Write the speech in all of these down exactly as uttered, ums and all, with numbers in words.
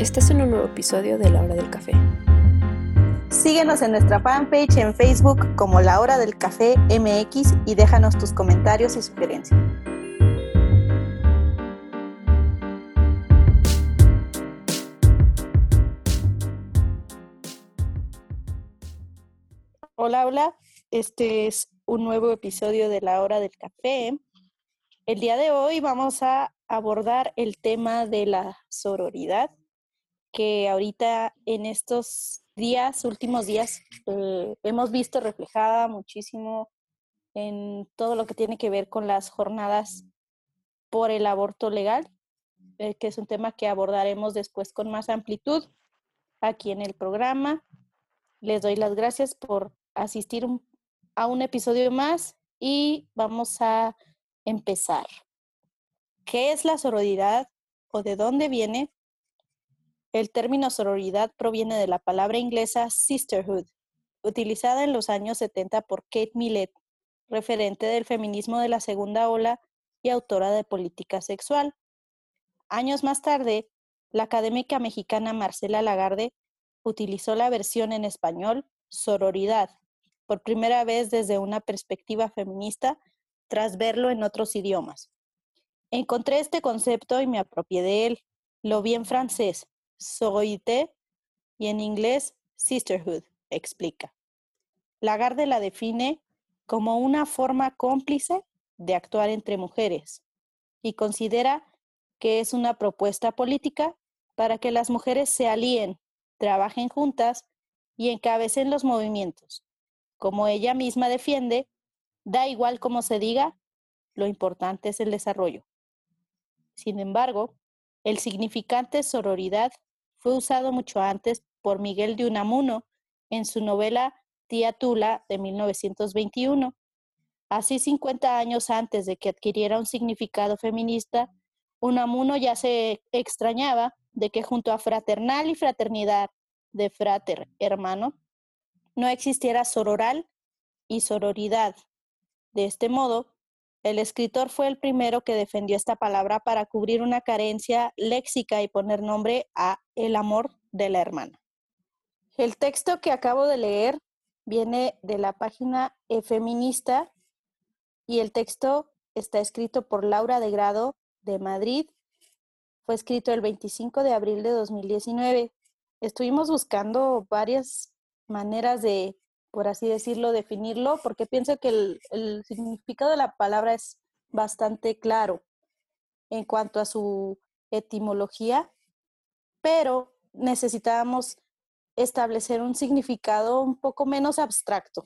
Estás en un nuevo episodio de La Hora del Café. Síguenos en nuestra fanpage en Facebook como La Hora del Café M X y déjanos tus comentarios y sugerencias. Hola, hola. Este es un nuevo episodio de La Hora del Café. El día de hoy vamos a abordar el tema de la sororidad, que ahorita en estos días, últimos días, eh, hemos visto reflejada muchísimo en todo lo que tiene que ver con las jornadas por el aborto legal, eh, que es un tema que abordaremos después con más amplitud aquí en el programa. Les doy las gracias por asistir un, a un episodio más y vamos a empezar. ¿Qué es la sororidad o de dónde viene? El término sororidad proviene de la palabra inglesa sisterhood, utilizada en los años setenta por Kate Millett, referente del feminismo de la segunda ola y autora de Política Sexual. Años más tarde, la académica mexicana Marcela Lagarde utilizó la versión en español sororidad, por primera vez desde una perspectiva feminista, tras verlo en otros idiomas. Encontré este concepto y me apropié de él. Lo vi en francés, sororité, y en inglés, sisterhood, explica. Lagarde la define como una forma cómplice de actuar entre mujeres y considera que es una propuesta política para que las mujeres se alíen, trabajen juntas y encabecen los movimientos. Como ella misma defiende, da igual cómo se diga, lo importante es el desarrollo. Sin embargo, el significante sororidad fue usado mucho antes por Miguel de Unamuno en su novela Tía Tula de mil novecientos veintiuno. Así, cincuenta años antes de que adquiriera un significado feminista, Unamuno ya se extrañaba de que junto a fraternal y fraternidad de frater, hermano, no existiera sororal y sororidad. De este modo, el escritor fue el primero que defendió esta palabra para cubrir una carencia léxica y poner nombre a el amor de la hermana. El texto que acabo de leer viene de la página Feminista y el texto está escrito por Laura de Grado de Madrid. Fue escrito el veinticinco de abril de dos mil diecinueve. Estuvimos buscando varias maneras de, por así decirlo, definirlo, porque pienso que el, el significado de la palabra es bastante claro en cuanto a su etimología, pero necesitábamos establecer un significado un poco menos abstracto.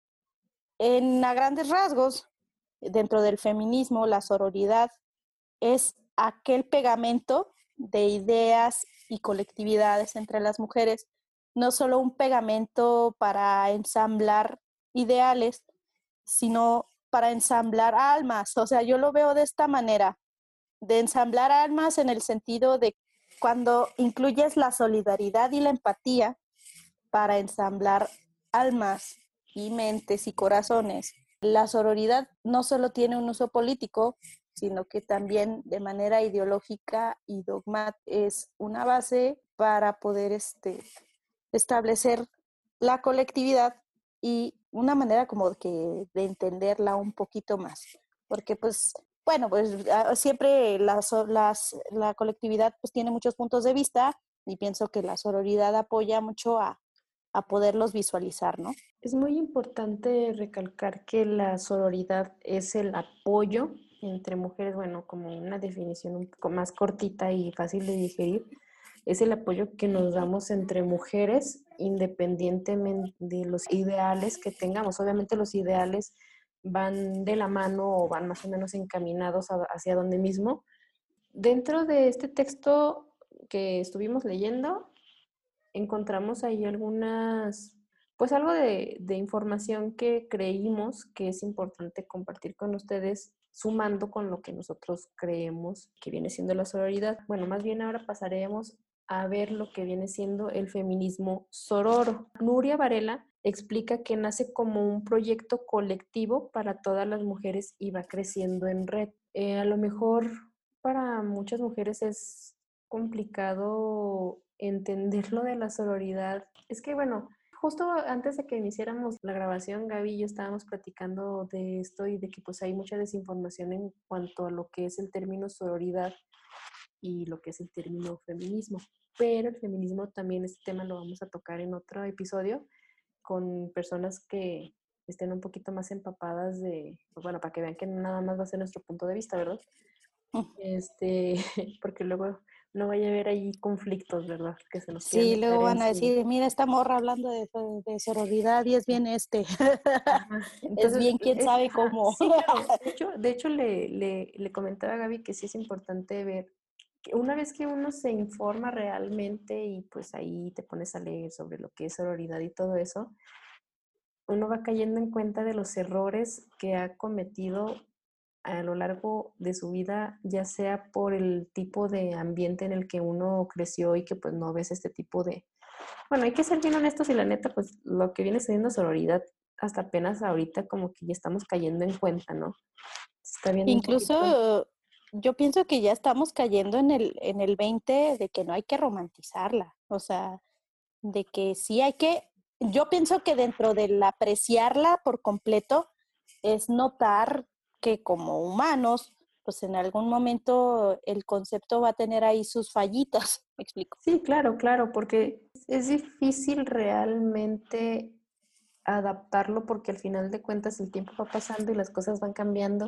En a grandes rasgos, dentro del feminismo, la sororidad es aquel pegamento de ideas y colectividades entre las mujeres, no solo un pegamento para ensamblar ideales, sino para ensamblar almas. O sea, yo lo veo de esta manera, de ensamblar almas en el sentido de cuando incluyes la solidaridad y la empatía para ensamblar almas y mentes y corazones. La sororidad no solo tiene un uso político, sino que también de manera ideológica y dogmática es una base para poder este, establecer la colectividad y una manera como que de entenderla un poquito más. Porque pues, bueno, pues siempre las, las, la colectividad pues tiene muchos puntos de vista y pienso que la sororidad apoya mucho a, a poderlos visualizar, ¿no? Es muy importante recalcar que la sororidad es el apoyo entre mujeres, bueno, como una definición un poco más cortita y fácil de digerir, es el apoyo que nos damos entre mujeres independientemente de los ideales que tengamos. Obviamente los ideales van de la mano o van más o menos encaminados hacia donde mismo. Dentro de este texto que estuvimos leyendo, encontramos ahí algunas, pues algo de, de información que creímos que es importante compartir con ustedes, sumando con lo que nosotros creemos que viene siendo la sororidad. Bueno, más bien ahora pasaremos a ver lo que viene siendo el feminismo sororo. Nuria Varela explica que nace como un proyecto colectivo para todas las mujeres y va creciendo en red. Eh, a lo mejor para muchas mujeres es complicado entender lo de la sororidad. Es que, bueno, justo antes de que iniciáramos la grabación, Gaby y yo estábamos platicando de esto y de que pues hay mucha desinformación en cuanto a lo que es el término sororidad y lo que es el término feminismo. Pero el feminismo también, este tema lo vamos a tocar en otro episodio con personas que estén un poquito más empapadas de, pues bueno, para que vean que nada más va a ser nuestro punto de vista, ¿verdad? Este, porque luego no vaya a haber ahí conflictos, ¿verdad? Que se nos quieran Sí, meter luego van a encima. decir, mira, esta morra hablando de, de sororidad y es bien este. Ajá. Es Entonces, bien quién es, sabe ajá, cómo. sí, claro. De hecho, de hecho le, le, le comentaba a Gaby que sí es importante ver que una vez que uno se informa realmente y pues ahí te pones a leer sobre lo que es sororidad y todo eso, uno va cayendo en cuenta de los errores que ha cometido a lo largo de su vida, ya sea por el tipo de ambiente en el que uno creció y que pues no ves este tipo de... Bueno, hay que ser bien honestos y la neta, pues lo que viene siendo sororidad, hasta apenas ahorita como que ya estamos cayendo en cuenta, ¿no? Se está viendo un poquito... Incluso yo pienso que ya estamos cayendo en el, en el veinte de que no hay que romantizarla. O sea, de que sí hay que, yo pienso que dentro del apreciarla por completo es notar que como humanos, pues en algún momento el concepto va a tener ahí sus fallitas, ¿me explico? Sí, claro, claro, porque es difícil realmente adaptarlo porque al final de cuentas el tiempo va pasando y las cosas van cambiando.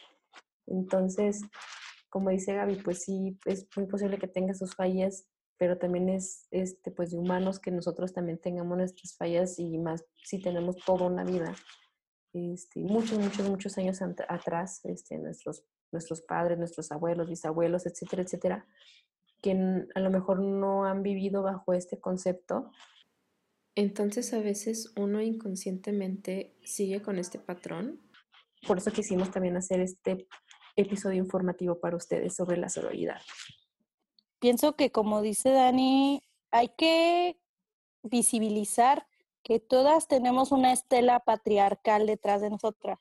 Entonces, como dice Gaby, pues sí, es muy posible que tenga sus fallas, pero también es este, pues de humanos que nosotros también tengamos nuestras fallas y más si tenemos toda una vida, este, muchos, muchos, muchos años ant- atrás, este, nuestros, nuestros padres, nuestros abuelos, bisabuelos, etcétera, etcétera, que n- a lo mejor no han vivido bajo este concepto. Entonces a veces uno inconscientemente sigue con este patrón. Por eso quisimos también hacer este episodio informativo para ustedes sobre la sororidad. Pienso que como dice Dani, hay que visibilizar que todas tenemos una estela patriarcal detrás de nosotras.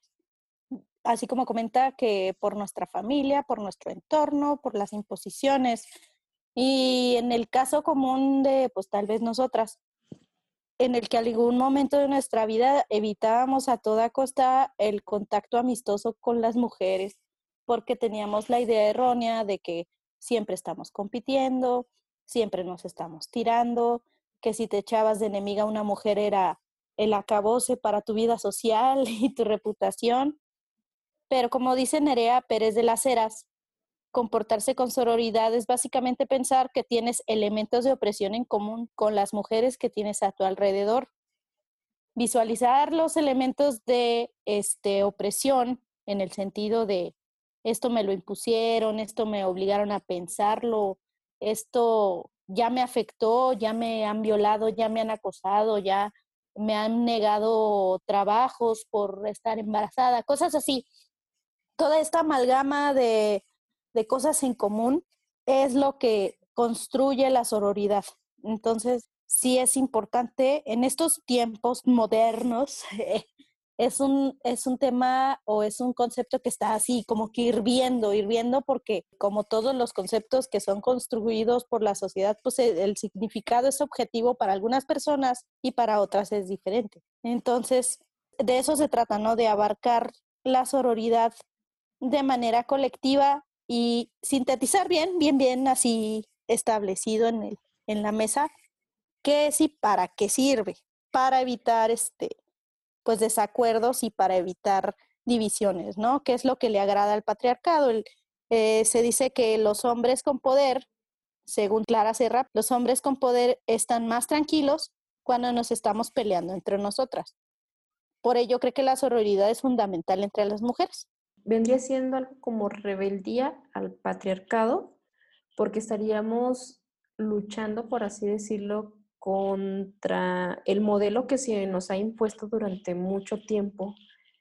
Así como comenta que por nuestra familia, por nuestro entorno, por las imposiciones. Y en el caso común de, pues tal vez nosotras, en el que algún momento de nuestra vida evitábamos a toda costa el contacto amistoso con las mujeres, porque teníamos la idea errónea de que siempre estamos compitiendo, siempre nos estamos tirando, que si te echabas de enemiga a una mujer era el acabose para tu vida social y tu reputación. Pero como dice Nerea Pérez de las Heras, comportarse con sororidad es básicamente pensar que tienes elementos de opresión en común con las mujeres que tienes a tu alrededor. Visualizar los elementos de este, opresión en el sentido de esto me lo impusieron, esto me obligaron a pensarlo, esto ya me afectó, ya me han violado, ya me han acosado, ya me han negado trabajos por estar embarazada, cosas así. Toda esta amalgama de, de cosas en común es lo que construye la sororidad. Entonces, sí es importante en estos tiempos modernos, eh, es, un, es un tema o es un concepto que está así como que hirviendo, hirviendo porque como todos los conceptos que son construidos por la sociedad, pues el significado es objetivo para algunas personas y para otras es diferente. Entonces, de eso se trata, ¿no? De abarcar la sororidad de manera colectiva y sintetizar bien, bien, bien así establecido en, el, en la mesa qué es y para qué sirve, para evitar este, pues desacuerdos y para evitar divisiones, ¿no? ¿Qué es lo que le agrada al patriarcado? El, eh, se dice que los hombres con poder, según Clara Serra, los hombres con poder están más tranquilos cuando nos estamos peleando entre nosotras. Por ello creo que la sororidad es fundamental entre las mujeres. Vendría siendo algo como rebeldía al patriarcado, porque estaríamos luchando, por así decirlo, contra el modelo que se nos ha impuesto durante mucho tiempo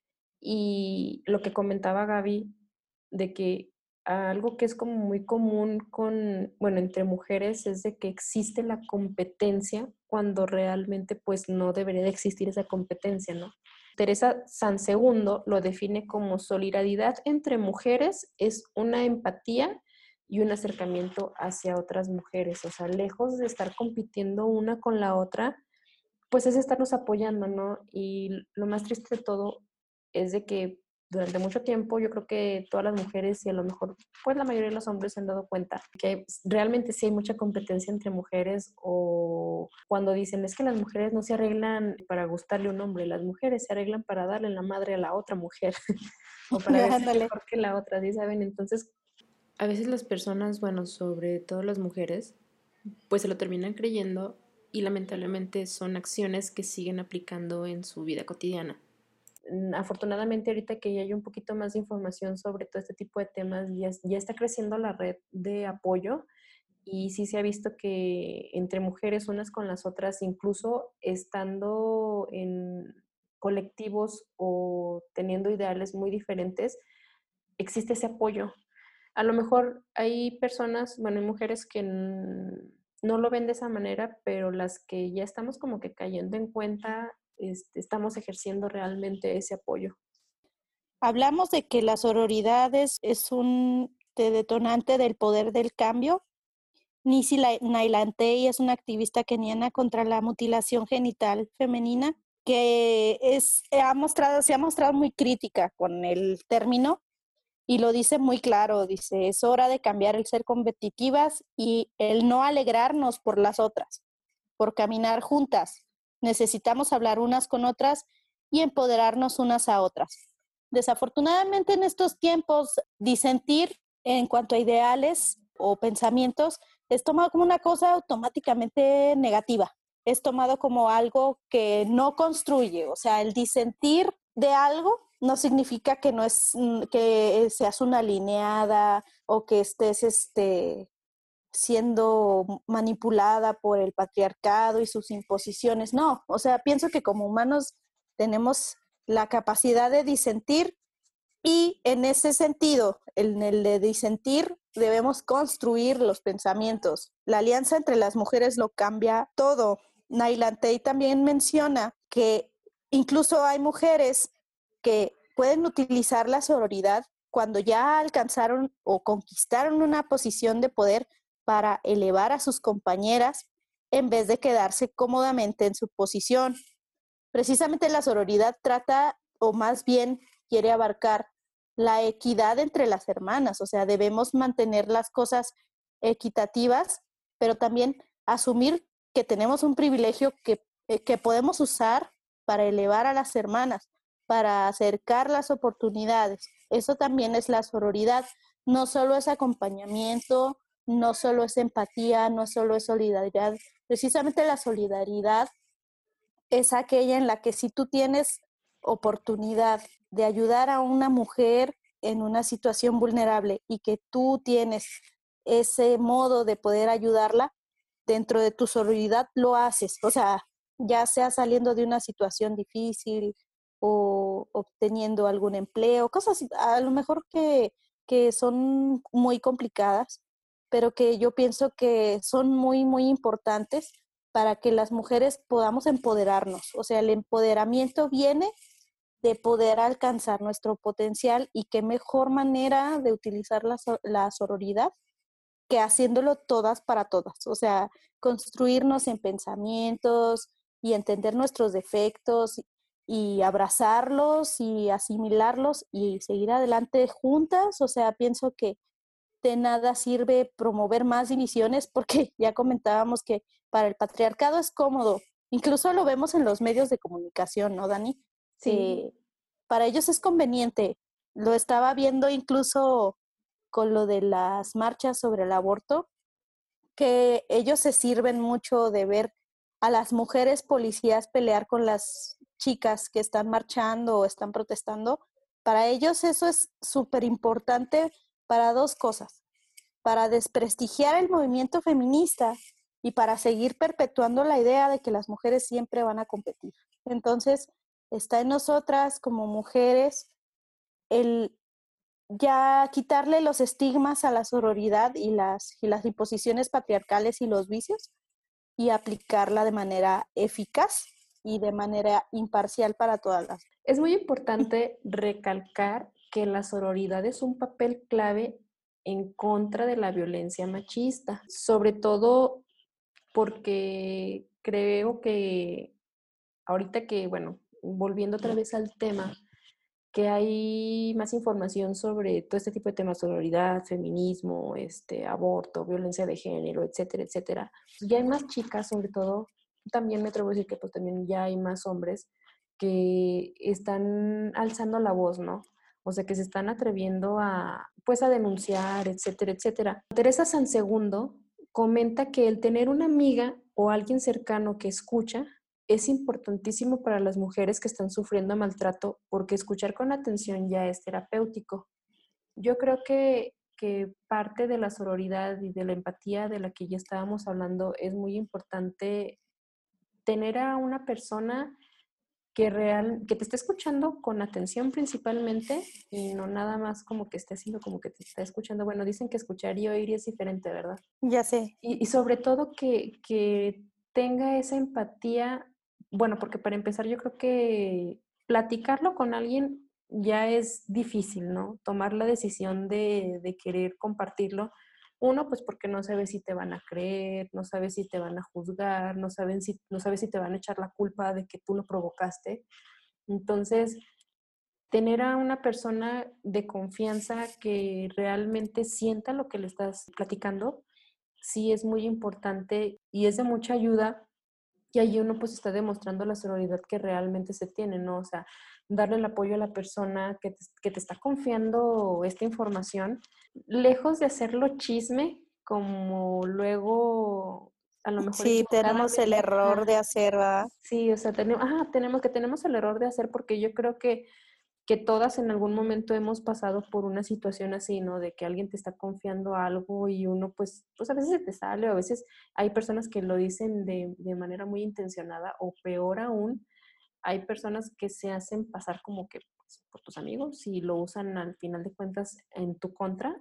y lo que comentaba Gaby, de que algo que es como muy común con, bueno, entre mujeres es de que existe la competencia cuando realmente pues no debería de existir esa competencia, ¿no? Teresa Sansegundo lo define como solidaridad entre mujeres es una empatía y un acercamiento hacia otras mujeres. O sea, lejos de estar compitiendo una con la otra, pues es estarnos apoyando, ¿no? Y lo más triste de todo es de que durante mucho tiempo yo creo que todas las mujeres y a lo mejor pues la mayoría de los hombres se han dado cuenta que realmente sí hay mucha competencia entre mujeres, o cuando dicen es que las mujeres no se arreglan para gustarle a un hombre, las mujeres se arreglan para darle la madre a la otra mujer o para verse Ándale. mejor que la otra, ¿sí saben? Entonces, A veces las personas, bueno, sobre todo las mujeres, pues se lo terminan creyendo y lamentablemente son acciones que siguen aplicando en su vida cotidiana. mm, afortunadamente ahorita que ya hay un poquito más de información sobre todo este tipo de temas, ya, ya está creciendo la red de apoyo. Y sí se ha visto que entre mujeres unas con las otras, incluso estando en colectivos o teniendo ideales muy diferentes, existe ese apoyo. A lo mejor hay personas, bueno, hay mujeres que n- no lo ven de esa manera, pero las que ya estamos como que cayendo en cuenta, este, estamos ejerciendo realmente ese apoyo. Hablamos de que la sororidad es, es un de- detonante del poder del cambio. Nisi La- Nailantey es una activista keniana contra la mutilación genital femenina que es, ha mostrado, se ha mostrado muy crítica con el término y lo dice muy claro, dice, es hora de cambiar el ser competitivas y el no alegrarnos por las otras, por caminar juntas. Necesitamos hablar unas con otras y empoderarnos unas a otras. Desafortunadamente en estos tiempos, disentir en cuanto a ideales o pensamientos es tomado como una cosa automáticamente negativa. Es tomado como algo que no construye. O sea, el disentir de algo no significa que no es que seas una alineada o que estés este, siendo manipulada por el patriarcado y sus imposiciones. No, o sea, pienso que como humanos tenemos la capacidad de disentir y en ese sentido, en el de disentir, debemos construir los pensamientos. La alianza entre las mujeres lo cambia todo. Nailantey también menciona que incluso hay mujeres que pueden utilizar la sororidad cuando ya alcanzaron o conquistaron una posición de poder para elevar a sus compañeras en vez de quedarse cómodamente en su posición. Precisamente la sororidad trata, o más bien quiere abarcar la equidad entre las hermanas, o sea, debemos mantener las cosas equitativas, pero también asumir que tenemos un privilegio que, eh, que podemos usar para elevar a las hermanas, para acercar las oportunidades. Eso también es la sororidad, no solo es acompañamiento, no solo es empatía, no solo es solidaridad. Precisamente la solidaridad es aquella en la que si tú tienes oportunidad de ayudar a una mujer en una situación vulnerable y que tú tienes ese modo de poder ayudarla, dentro de tu sororidad lo haces, o sea, ya sea saliendo de una situación difícil o obteniendo algún empleo, cosas a lo mejor que, que son muy complicadas, pero que yo pienso que son muy, muy importantes para que las mujeres podamos empoderarnos. O sea, el empoderamiento viene de poder alcanzar nuestro potencial y qué mejor manera de utilizar la, la sororidad que haciéndolo todas para todas. O sea, construirnos en pensamientos y entender nuestros defectos y abrazarlos y asimilarlos y seguir adelante juntas. O sea, pienso que de nada sirve promover más divisiones porque ya comentábamos que para el patriarcado es cómodo. Incluso lo vemos en los medios de comunicación, ¿no, Dani? Sí. Eh, para ellos es conveniente. Lo estaba viendo incluso con lo de las marchas sobre el aborto, que ellos se sirven mucho de ver a las mujeres policías pelear con las chicas que están marchando o están protestando. Para ellos eso es súper importante para dos cosas, para desprestigiar el movimiento feminista y para seguir perpetuando la idea de que las mujeres siempre van a competir. Entonces, está en nosotras como mujeres el ya quitarle los estigmas a la sororidad y las, y las imposiciones patriarcales y los vicios y aplicarla de manera eficaz y de manera imparcial para todas las. Es muy importante recalcar que la sororidad es un papel clave en contra de la violencia machista, sobre todo porque creo que ahorita que, bueno, volviendo otra vez al tema, que hay más información sobre todo este tipo de temas, sororidad, feminismo, este, aborto, violencia de género, etcétera, etcétera. Ya hay más chicas, sobre todo, también me atrevo a decir que pues también ya hay más hombres que están alzando la voz, ¿no? O sea, que se están atreviendo a, pues, a denunciar, etcétera, etcétera. Teresa Sansegundo comenta que el tener una amiga o alguien cercano que escucha es importantísimo para las mujeres que están sufriendo maltrato porque escuchar con atención ya es terapéutico. Yo creo que, que parte de la sororidad y de la empatía de la que ya estábamos hablando es muy importante tener a una persona que, real, que te esté escuchando con atención principalmente y no nada más como que esté haciendo como que te está escuchando. Bueno, dicen que escuchar y oír es diferente, ¿verdad? Ya sé. Y, y sobre todo que, que tenga esa empatía, bueno, porque para empezar yo creo que platicarlo con alguien ya es difícil, ¿no? Tomar la decisión de, de querer compartirlo. Uno, pues porque no sabes si te van a creer, no sabes si te van a juzgar, no, saben si, no sabes si te van a echar la culpa de que tú lo provocaste. Entonces, tener a una persona de confianza que realmente sienta lo que le estás platicando, sí es muy importante y es de mucha ayuda. Y ahí uno pues está demostrando la sororidad que realmente se tiene, ¿no? O sea, darle el apoyo a la persona que te, que te está confiando esta información, lejos de hacerlo chisme, como luego a lo mejor Sí, tenemos el equivocadamente. error Ajá. de hacer, ¿verdad? Sí, o sea, tenemos, ajá, tenemos que tenemos el error de hacer porque yo creo que que todas en algún momento hemos pasado por una situación así, ¿no? De que alguien te está confiando algo y uno pues, pues a veces se te sale o a veces hay personas que lo dicen de, de manera muy intencionada o peor aún, hay personas que se hacen pasar como que pues, por tus amigos y lo usan al final de cuentas en tu contra.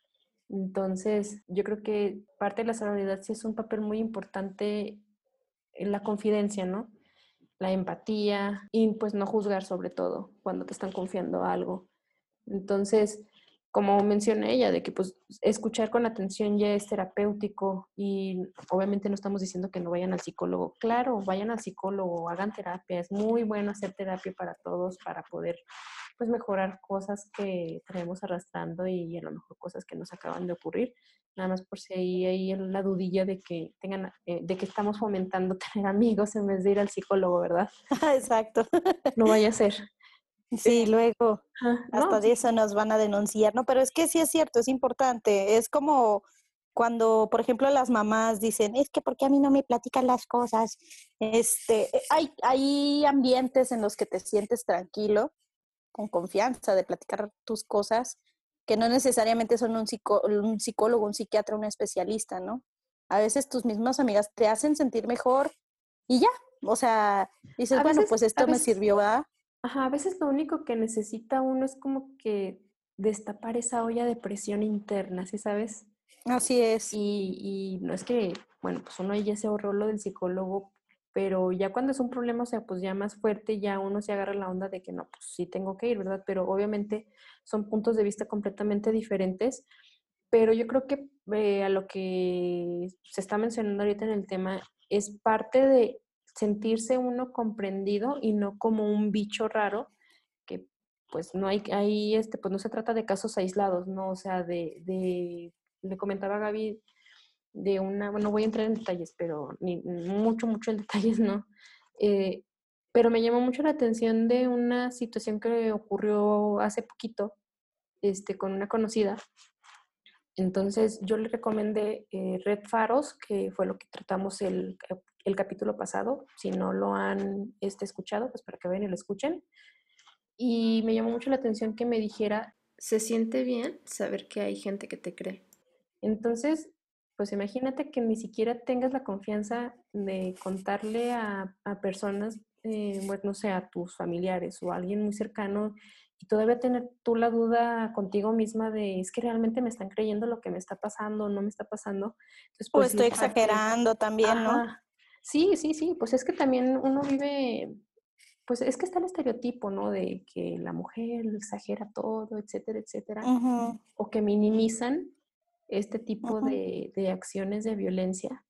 Entonces, yo creo que parte de la sororidad sí es un papel muy importante en la confidencia, ¿no? La empatía y pues no juzgar sobre todo cuando te están confiando algo. Entonces, como mencioné ella, de que pues escuchar con atención ya es terapéutico y obviamente no estamos diciendo que no vayan al psicólogo. Claro, vayan al psicólogo, hagan terapia. Es muy bueno hacer terapia para todos para poder pues mejorar cosas que traemos arrastrando y a lo mejor cosas que nos acaban de ocurrir. Nada más por si ahí hay la dudilla de que tengan, eh, de que estamos fomentando tener amigos en vez de ir al psicólogo, ¿verdad? Exacto. No vaya a ser. Sí, luego Ajá, no, hasta de eso nos van a denunciar, ¿no? Pero es que sí es cierto, es importante. Es como cuando, por ejemplo, las mamás dicen, es que ¿por qué a mí no me platican las cosas? Este, hay, hay ambientes en los que te sientes tranquilo, con confianza de platicar tus cosas, que no necesariamente son un, psicó un psicólogo, un psiquiatra, un especialista, ¿no? A veces tus mismas amigas te hacen sentir mejor y ya, o sea, dices, a bueno, veces, pues a esto me veces, sirvió, ¿verdad? ajá, a veces lo único que necesita uno es como que destapar esa olla de presión interna, ¿sí sabes? Así es. Y, y no es que, bueno, pues uno ya se ahorró lo del psicólogo, pero ya cuando es un problema, o sea, pues ya más fuerte, ya uno se agarra la onda de que no, pues sí tengo que ir, ¿verdad? Pero obviamente son puntos de vista completamente diferentes, pero yo creo que eh, a lo que se está mencionando ahorita en el tema es parte de sentirse uno comprendido y no como un bicho raro que pues no hay, hay este, pues no se trata de casos aislados, ¿no? O sea, de, de le comentaba a Gaby de una, bueno, voy a entrar en detalles, pero ni, mucho, mucho en detalles, ¿no? Eh, pero me llamó mucho la atención de una situación que ocurrió hace poquito, este, con una conocida. Entonces yo le recomendé eh, Red Faros, que fue lo que tratamos el, el capítulo pasado. Si no lo han este, escuchado, pues para que vayan y lo escuchen. Y me llamó mucho la atención que me dijera, Se siente bien saber que hay gente que te cree. entonces, pues imagínate que ni siquiera tengas la confianza de contarle a, a personas, eh, bueno, no sé, a tus familiares o a alguien muy cercano y todavía tener tú la duda contigo misma de, es que realmente me están creyendo lo que me está pasando o no me está pasando. Entonces, O pues sí estoy es parte. exagerando también, ¿no? Ajá. Sí, sí, sí, pues es que también uno vive pues es que está el estereotipo, ¿no? De que la mujer lo exagera todo, etcétera, etcétera, Ujú, o que minimizan este tipo ujú, de, de acciones de violencia.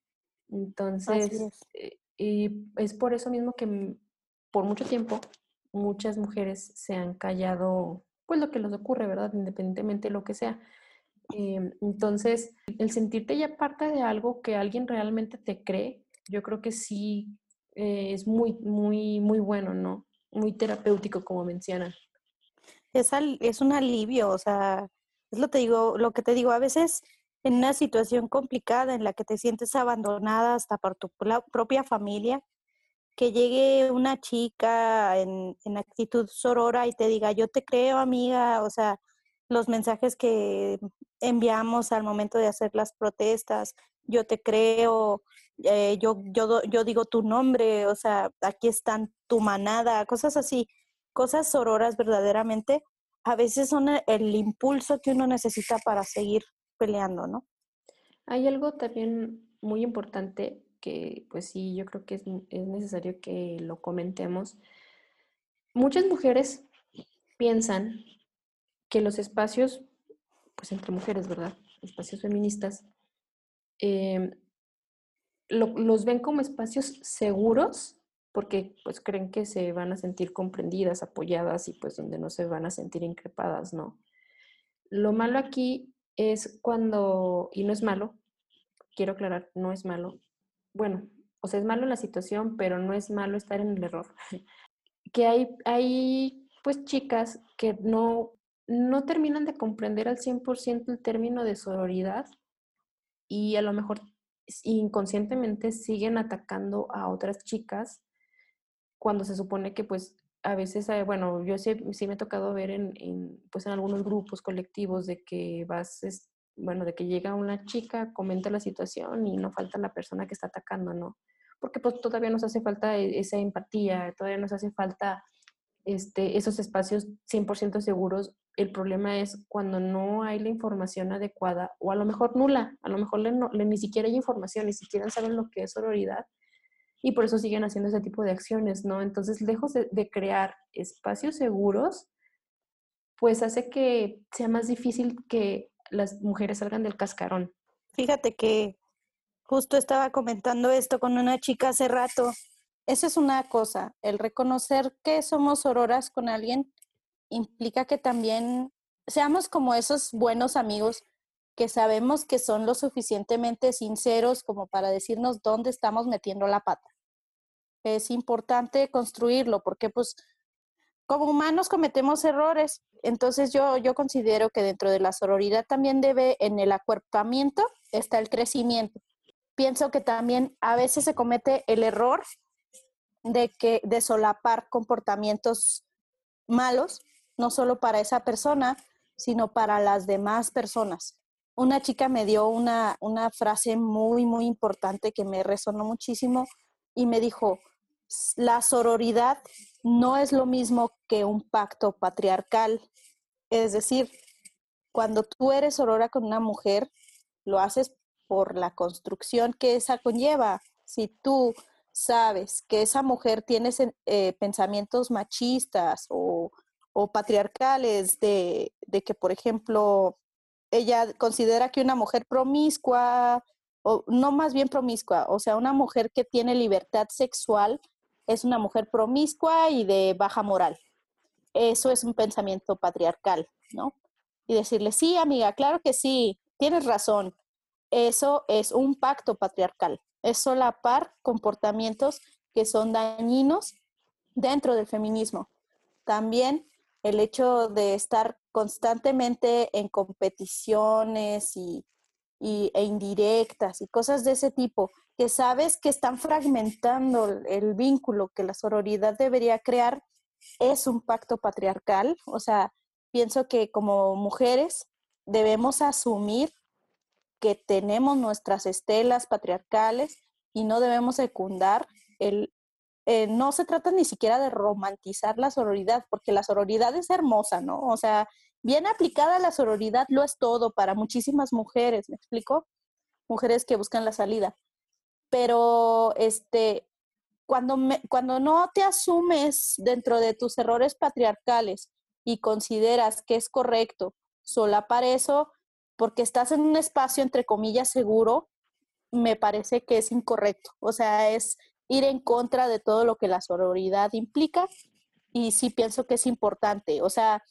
así Entonces, es. eh, y es por eso mismo que m- por mucho tiempo muchas mujeres se han callado, pues lo que les ocurre, ¿verdad? Independientemente de lo que sea. Em, entonces, el sentirte ya parte de algo que alguien realmente te cree, yo creo que sí eh, es muy, muy, muy bueno, ¿no? Muy terapéutico, como mencionan. Es, al- es un alivio, o sea, es lo te digo, lo que te digo, a veces en una situación complicada en la que te sientes abandonada hasta por tu pla- propia familia, que llegue una chica en, en actitud sorora y te diga, yo te creo, amiga, o sea, los mensajes que enviamos al momento de hacer las protestas, yo te creo, eh, yo, yo, do- yo digo tu nombre, o sea, aquí están tu manada, cosas así, cosas sororas verdaderamente, a veces son el, el impulso que uno necesita para seguir peleando, ¿no? Hay algo también muy importante que, pues sí, yo creo que es, es necesario que lo comentemos. Muchas mujeres piensan que los espacios, pues entre mujeres, ¿verdad? Espacios feministas, eh, lo- los ven como espacios seguros porque pues creen que se van a sentir comprendidas, apoyadas y pues donde no se van a sentir increpadas, ¿no? Lo malo aquí es cuando, y no es malo, quiero aclarar, no es malo. Bueno, o sea, es malo la situación, pero no es malo estar en el error. Que hay, hay pues chicas que no, no terminan de comprender al cien por ciento el término de sororidad y a lo mejor inconscientemente siguen atacando a otras chicas cuando se supone que pues a veces, eh, bueno, yo sí, sí me ha tocado ver en, en, pues en algunos grupos colectivos de que vas, es, bueno, de que llega una chica, comenta la situación y no falta la persona que está atacando, ¿no? Porque pues todavía nos hace falta e- esa empatía, todavía nos hace falta este, esos espacios cien por ciento seguros. El problema es cuando no hay la información adecuada o a lo mejor nula, a lo mejor le, no, le, ni siquiera hay información, ni siquiera saben lo que es sororidad y por eso siguen haciendo ese tipo de acciones, ¿no? Entonces, lejos de, de crear espacios seguros, pues hace que sea más difícil que las mujeres salgan del cascarón. Fíjate que justo estaba comentando esto con una chica hace rato. Eso es una cosa, el reconocer que somos sororas con alguien implica que también seamos como esos buenos amigos que sabemos que son lo suficientemente sinceros como para decirnos dónde estamos metiendo la pata. Es importante construirlo porque pues como humanos cometemos errores. Entonces yo, yo considero que dentro de la sororidad también debe, en el acuerpamiento, está el crecimiento. Pienso que también a veces se comete el error de que de solapar comportamientos malos, no solo para esa persona, sino para las demás personas. Una chica me dio una, una frase muy, muy importante que me resonó muchísimo y me dijo, la sororidad no es lo mismo que un pacto patriarcal. Es decir, cuando tú eres sorora con una mujer, lo haces por la construcción que esa conlleva. Si tú sabes que esa mujer tiene eh, pensamientos machistas o, o patriarcales de, de, que, por ejemplo, ella considera que una mujer promiscua, o no más bien promiscua, o sea, una mujer que tiene libertad sexual es una mujer promiscua y de baja moral. Eso es un pensamiento patriarcal, ¿no? Y decirle, sí, amiga, claro que sí, tienes razón. Eso es un pacto patriarcal. Es solapar comportamientos que son dañinos dentro del feminismo. También el hecho de estar constantemente en competiciones y, y, e indirectas y cosas de ese tipo, que sabes que están fragmentando el vínculo que la sororidad debería crear, es un pacto patriarcal. O sea, pienso que como mujeres debemos asumir que tenemos nuestras estelas patriarcales y no debemos secundar el... Eh, no se trata ni siquiera de romantizar la sororidad, porque la sororidad es hermosa, ¿no? O sea, bien aplicada la sororidad lo es todo para muchísimas mujeres, ¿me explico? Mujeres que buscan la salida. Pero este, cuando, me, cuando no te asumes dentro de tus errores patriarcales y consideras que es correcto solapar eso porque estás en un espacio entre comillas seguro, me parece que es incorrecto. O sea, es ir en contra de todo lo que la sororidad implica y sí pienso que es importante. O sea,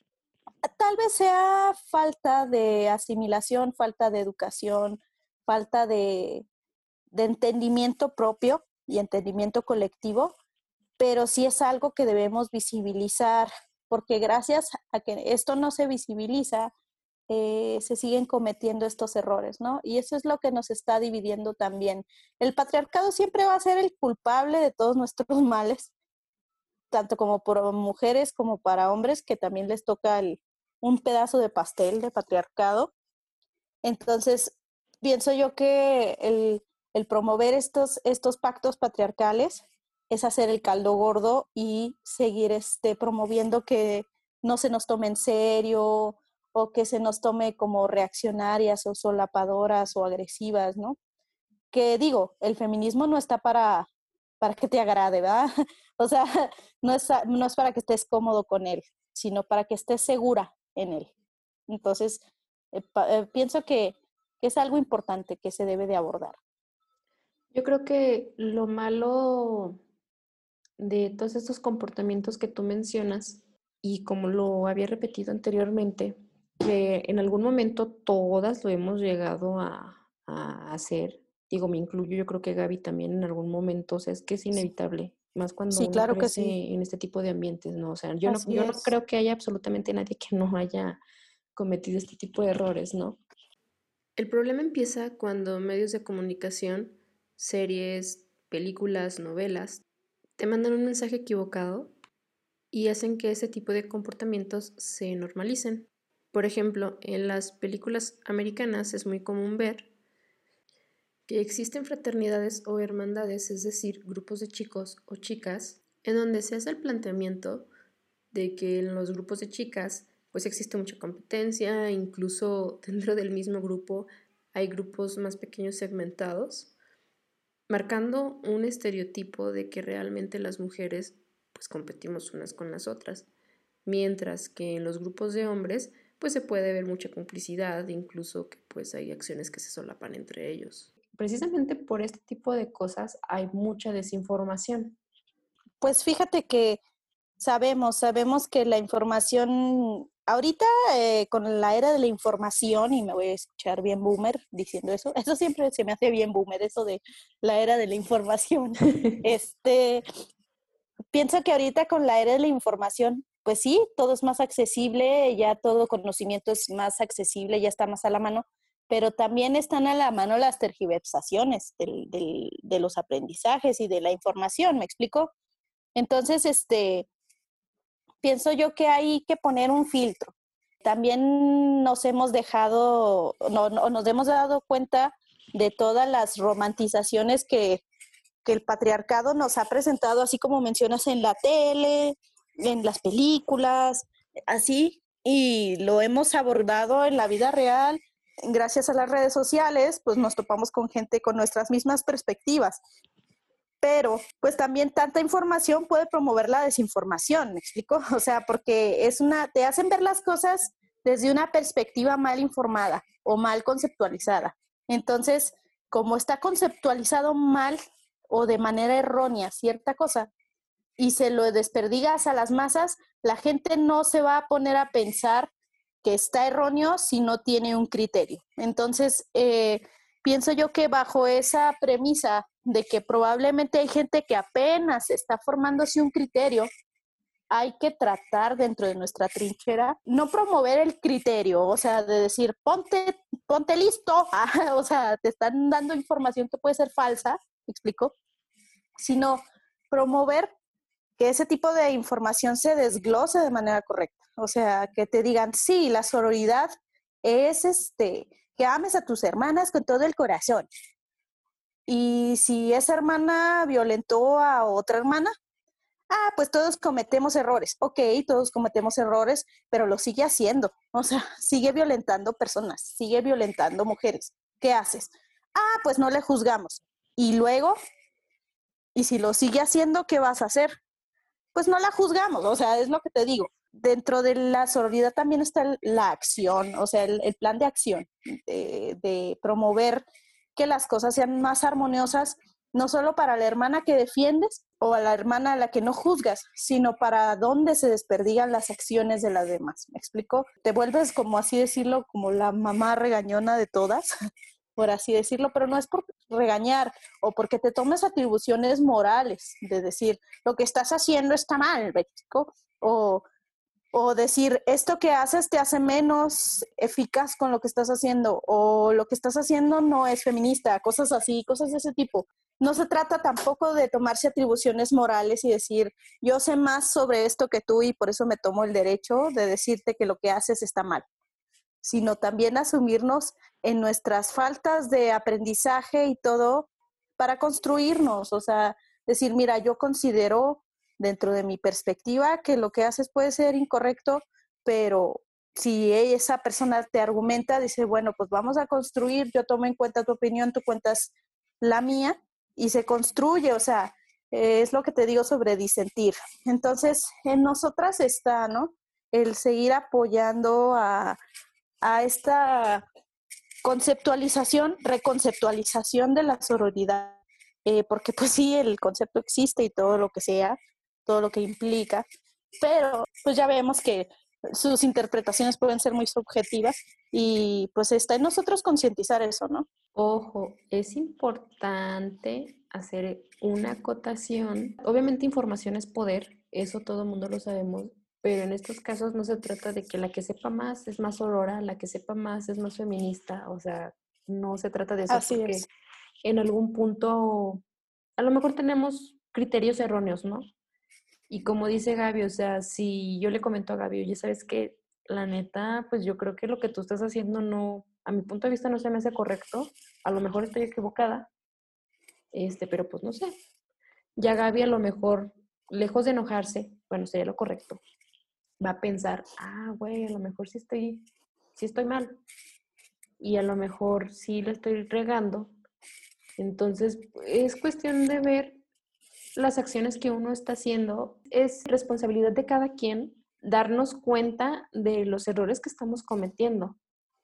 tal vez sea falta de asimilación, falta de educación, falta de, de entendimiento propio y entendimiento colectivo, pero sí es algo que debemos visibilizar, porque gracias a que esto no se visibiliza, eh, se siguen cometiendo estos errores, ¿no? Y eso es lo que nos está dividiendo también. El patriarcado siempre va a ser el culpable de todos nuestros males, tanto como por mujeres como para hombres, que también les toca el, un pedazo de pastel de patriarcado. Entonces, pienso yo que el, el promover estos, estos pactos patriarcales es hacer el caldo gordo y seguir este, promoviendo que no se nos tome en serio o que se nos tome como reaccionarias o solapadoras o agresivas, ¿no? Que digo, el feminismo no está para, para que te agrade, ¿verdad? O sea, no es, no es para que estés cómodo con él, sino para que estés segura en él. Entonces, eh, pa, eh, pienso que, que es algo importante que se debe de abordar. Yo creo que lo malo de todos estos comportamientos que tú mencionas, y como lo había repetido anteriormente, que en algún momento todas lo hemos llegado a, a hacer. Digo, me incluyo, yo creo que Gaby también en algún momento, o sea, es que es inevitable, más cuando Sí, uno claro que crece sí. en este tipo de ambientes, ¿no? O sea, yo no, Así yo no es. creo que haya absolutamente nadie que no haya cometido este tipo de errores, ¿no? El problema empieza cuando medios de comunicación, series, películas, novelas, te mandan un mensaje equivocado y hacen que ese tipo de comportamientos se normalicen. Por ejemplo, en las películas americanas es muy común ver que existen fraternidades o hermandades, es decir, grupos de chicos o chicas, en donde se hace el planteamiento de que en los grupos de chicas pues existe mucha competencia, incluso dentro del mismo grupo hay grupos más pequeños segmentados, marcando un estereotipo de que realmente las mujeres pues competimos unas con las otras, mientras que en los grupos de hombres pues se puede ver mucha complicidad, incluso que pues hay acciones que se solapan entre ellos. Precisamente por este tipo de cosas hay mucha desinformación. Pues fíjate que sabemos, sabemos que la información, ahorita eh, con la era de la información, y me voy a escuchar bien boomer diciendo eso, eso siempre se me hace bien boomer, eso de la era de la información. este, pienso que ahorita con la era de la información, pues sí, todo es más accesible, ya todo conocimiento es más accesible, ya está más a la mano, pero también están a la mano las tergiversaciones del, del, de los aprendizajes y de la información, ¿me explico? Entonces, este, pienso yo que hay que poner un filtro. También nos hemos dejado, no, no, nos hemos dado cuenta de todas las romantizaciones que, que el patriarcado nos ha presentado, así como mencionas en la tele, en las películas, así, y lo hemos abordado en la vida real. Gracias a las redes sociales, pues nos topamos con gente con nuestras mismas perspectivas. Pero pues también tanta información puede promover la desinformación, ¿me explico? O sea, porque es una, te hacen ver las cosas desde una perspectiva mal informada o mal conceptualizada. Entonces, como está conceptualizado mal o de manera errónea cierta cosa y se lo desperdigas a las masas, la gente no se va a poner a pensar que está erróneo si no tiene un criterio. Entonces, eh, pienso yo que bajo esa premisa de que probablemente hay gente que apenas está formándose un criterio, hay que tratar dentro de nuestra trinchera, no promover el criterio, o sea, de decir, ponte, ponte listo, o sea, te están dando información que puede ser falsa, ¿me explico? Sino promover que ese tipo de información se desglose de manera correcta. O sea, que te digan, sí, la sororidad es este, que ames a tus hermanas con todo el corazón. Y si esa hermana violentó a otra hermana, ah, pues todos cometemos errores. Ok, todos cometemos errores, pero lo sigue haciendo. O sea, sigue violentando personas, sigue violentando mujeres. ¿Qué haces? Ah, pues no le juzgamos. Y luego, Y si lo sigue haciendo, ¿qué vas a hacer? Pues no la juzgamos, o sea, es lo que te digo. Dentro de la sororidad también está la acción, o sea, el, el plan de acción, de, de promover que las cosas sean más armoniosas, no solo para la hermana que defiendes o a la hermana a la que no juzgas, sino para dónde se desperdigan las acciones de las demás. ¿Me explico? Te vuelves, como así decirlo, como la mamá regañona de todas, por así decirlo, pero no es por regañar o porque te tomes atribuciones morales de decir, lo que estás haciendo está mal, ¿me explico? O O decir, esto que haces te hace menos eficaz con lo que estás haciendo, o lo que estás haciendo no es feminista, cosas así, cosas de ese tipo. No se trata tampoco de tomarse atribuciones morales y decir, yo sé más sobre esto que tú y por eso me tomo el derecho de decirte que lo que haces está mal, sino también asumirnos en nuestras faltas de aprendizaje y todo para construirnos, o sea, decir, mira, yo considero dentro de mi perspectiva que lo que haces puede ser incorrecto, pero si esa persona te argumenta, dice, bueno, pues vamos a construir, yo tomo en cuenta tu opinión, tú cuentas la mía y se construye, o sea, eh, es lo que te digo sobre disentir. Entonces, en nosotras está, ¿no? El seguir apoyando a, a esta conceptualización, reconceptualización de la sororidad, eh, porque pues sí, el concepto existe y todo lo que sea, todo lo que implica, pero pues ya vemos que sus interpretaciones pueden ser muy subjetivas y pues está en nosotros concientizar eso, ¿no? Ojo, es importante hacer una acotación. Obviamente información es poder, eso todo el mundo lo sabemos, pero en estos casos no se trata de que la que sepa más es más sorora, la que sepa más es más feminista, o sea, no se trata de eso Así porque es. en algún punto a lo mejor tenemos criterios erróneos, ¿no? Y como dice Gaby, o sea, si yo le comento a Gaby, oye, ¿sabes qué? La neta, pues yo creo que lo que tú estás haciendo no, a mi punto de vista no se me hace correcto, a lo mejor estoy equivocada, este, pero pues no sé. Ya Gaby a lo mejor, lejos de enojarse, bueno, sería lo correcto, va a pensar, ah, güey, a lo mejor sí estoy, sí estoy mal, y a lo mejor sí lo estoy regando. Entonces, es cuestión de ver las acciones que uno está haciendo. Es responsabilidad de cada quien darnos cuenta de los errores que estamos cometiendo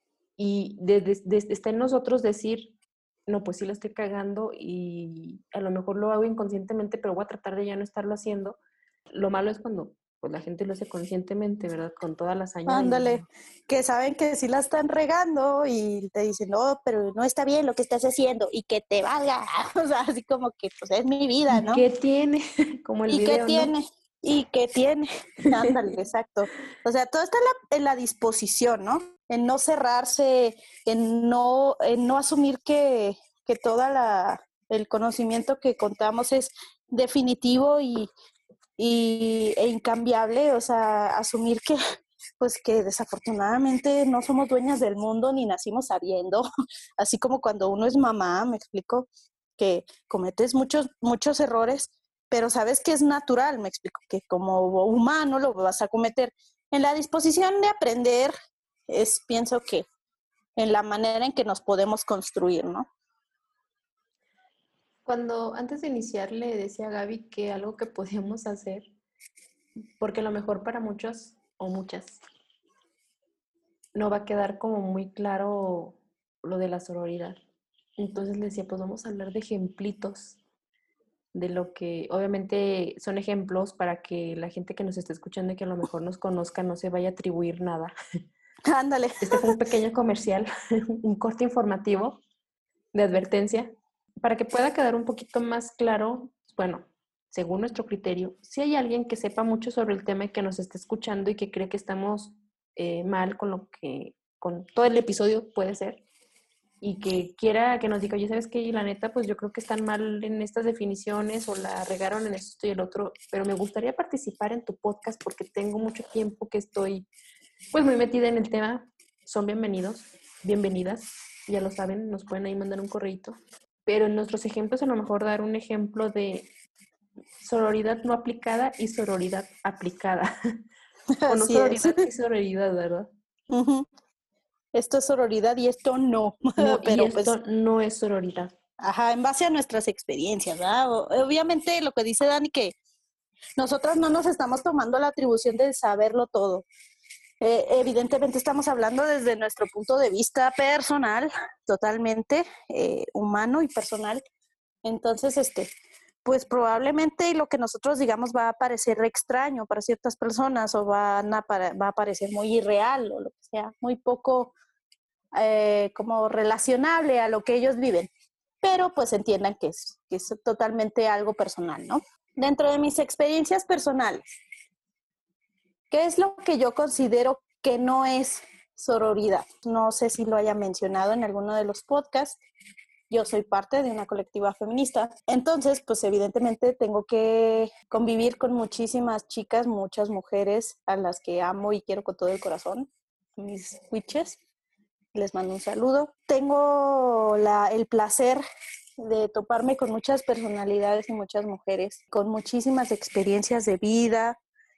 y de, de, de, está en nosotros decir, no, pues sí lo estoy cagando y a lo mejor lo hago inconscientemente, pero voy a tratar de ya no estarlo haciendo. Lo malo es cuando pues la gente lo hace conscientemente, ¿verdad? Con toda la hazaña del Ándale, mundo. que saben que sí la están regando y te dicen, no, pero no está bien lo que estás haciendo y que te valga. O sea, así como que pues es mi vida, ¿Y ¿no? qué tiene? Como el ¿Y qué video, ¿no? tiene? ¿Y qué tiene? Ándale, exacto. O sea, todo está en la, en la disposición, ¿no? En no cerrarse, en no, en no asumir que, que toda la el conocimiento que contamos es definitivo y, y e incambiable, o sea, asumir que pues que desafortunadamente no somos dueñas del mundo ni nacimos sabiendo, así como cuando uno es mamá, me explico, que cometes muchos muchos errores, pero sabes que es natural, me explico, que como humano lo vas a cometer. En la disposición de aprender es, pienso que en la manera en que nos podemos construir, ¿no? Cuando antes de iniciar le decía a Gaby que algo que podíamos hacer, porque a lo mejor para muchos o muchas no va a quedar como muy claro lo de la sororidad. Entonces le decía, pues vamos a hablar de ejemplitos, de lo que obviamente son ejemplos para que la gente que nos esté escuchando y que a lo mejor nos conozca no se vaya a atribuir nada. Ándale. Este fue un pequeño comercial, un corte informativo de advertencia, para que pueda quedar un poquito más claro, bueno, según nuestro criterio, si hay alguien que sepa mucho sobre el tema y que nos esté escuchando y que cree que estamos eh, mal con lo que, con todo el episodio puede ser, y que quiera que nos diga, oye, ¿sabes qué? La neta, pues yo creo que están mal en estas definiciones o la regaron en esto y el otro, pero me gustaría participar en tu podcast porque tengo mucho tiempo que estoy pues muy metida en el tema. Son bienvenidos, bienvenidas, ya lo saben, nos pueden ahí mandar un correíto. Pero en nuestros ejemplos a lo mejor dar un ejemplo de sororidad no aplicada y sororidad aplicada. O no Así es. sororidad y sororidad, ¿verdad? Uh-huh. Esto es sororidad y esto no, No, y pero pues esto no es sororidad. Ajá, en base a nuestras experiencias, ¿verdad? O- obviamente lo que dice Dani, que nosotras no nos estamos tomando la atribución de saberlo todo. Eh, evidentemente estamos hablando desde nuestro punto de vista personal, totalmente eh, humano y personal. Entonces, este, pues probablemente lo que nosotros digamos va a parecer extraño para ciertas personas o van a para- va a parecer muy irreal o lo que sea, muy poco eh, como relacionable a lo que ellos viven. Pero pues entiendan que es, que es totalmente algo personal, ¿no? Dentro de mis experiencias personales, ¿qué es lo que yo considero que no es sororidad? No sé si lo haya mencionado en alguno de los podcasts. Yo soy parte de una colectiva feminista. Entonces, pues evidentemente tengo que convivir con muchísimas chicas, muchas mujeres a las que amo y quiero con todo el corazón, mis witches. Les mando un saludo. Tengo la, el placer de toparme con muchas personalidades y muchas mujeres con muchísimas experiencias de vida,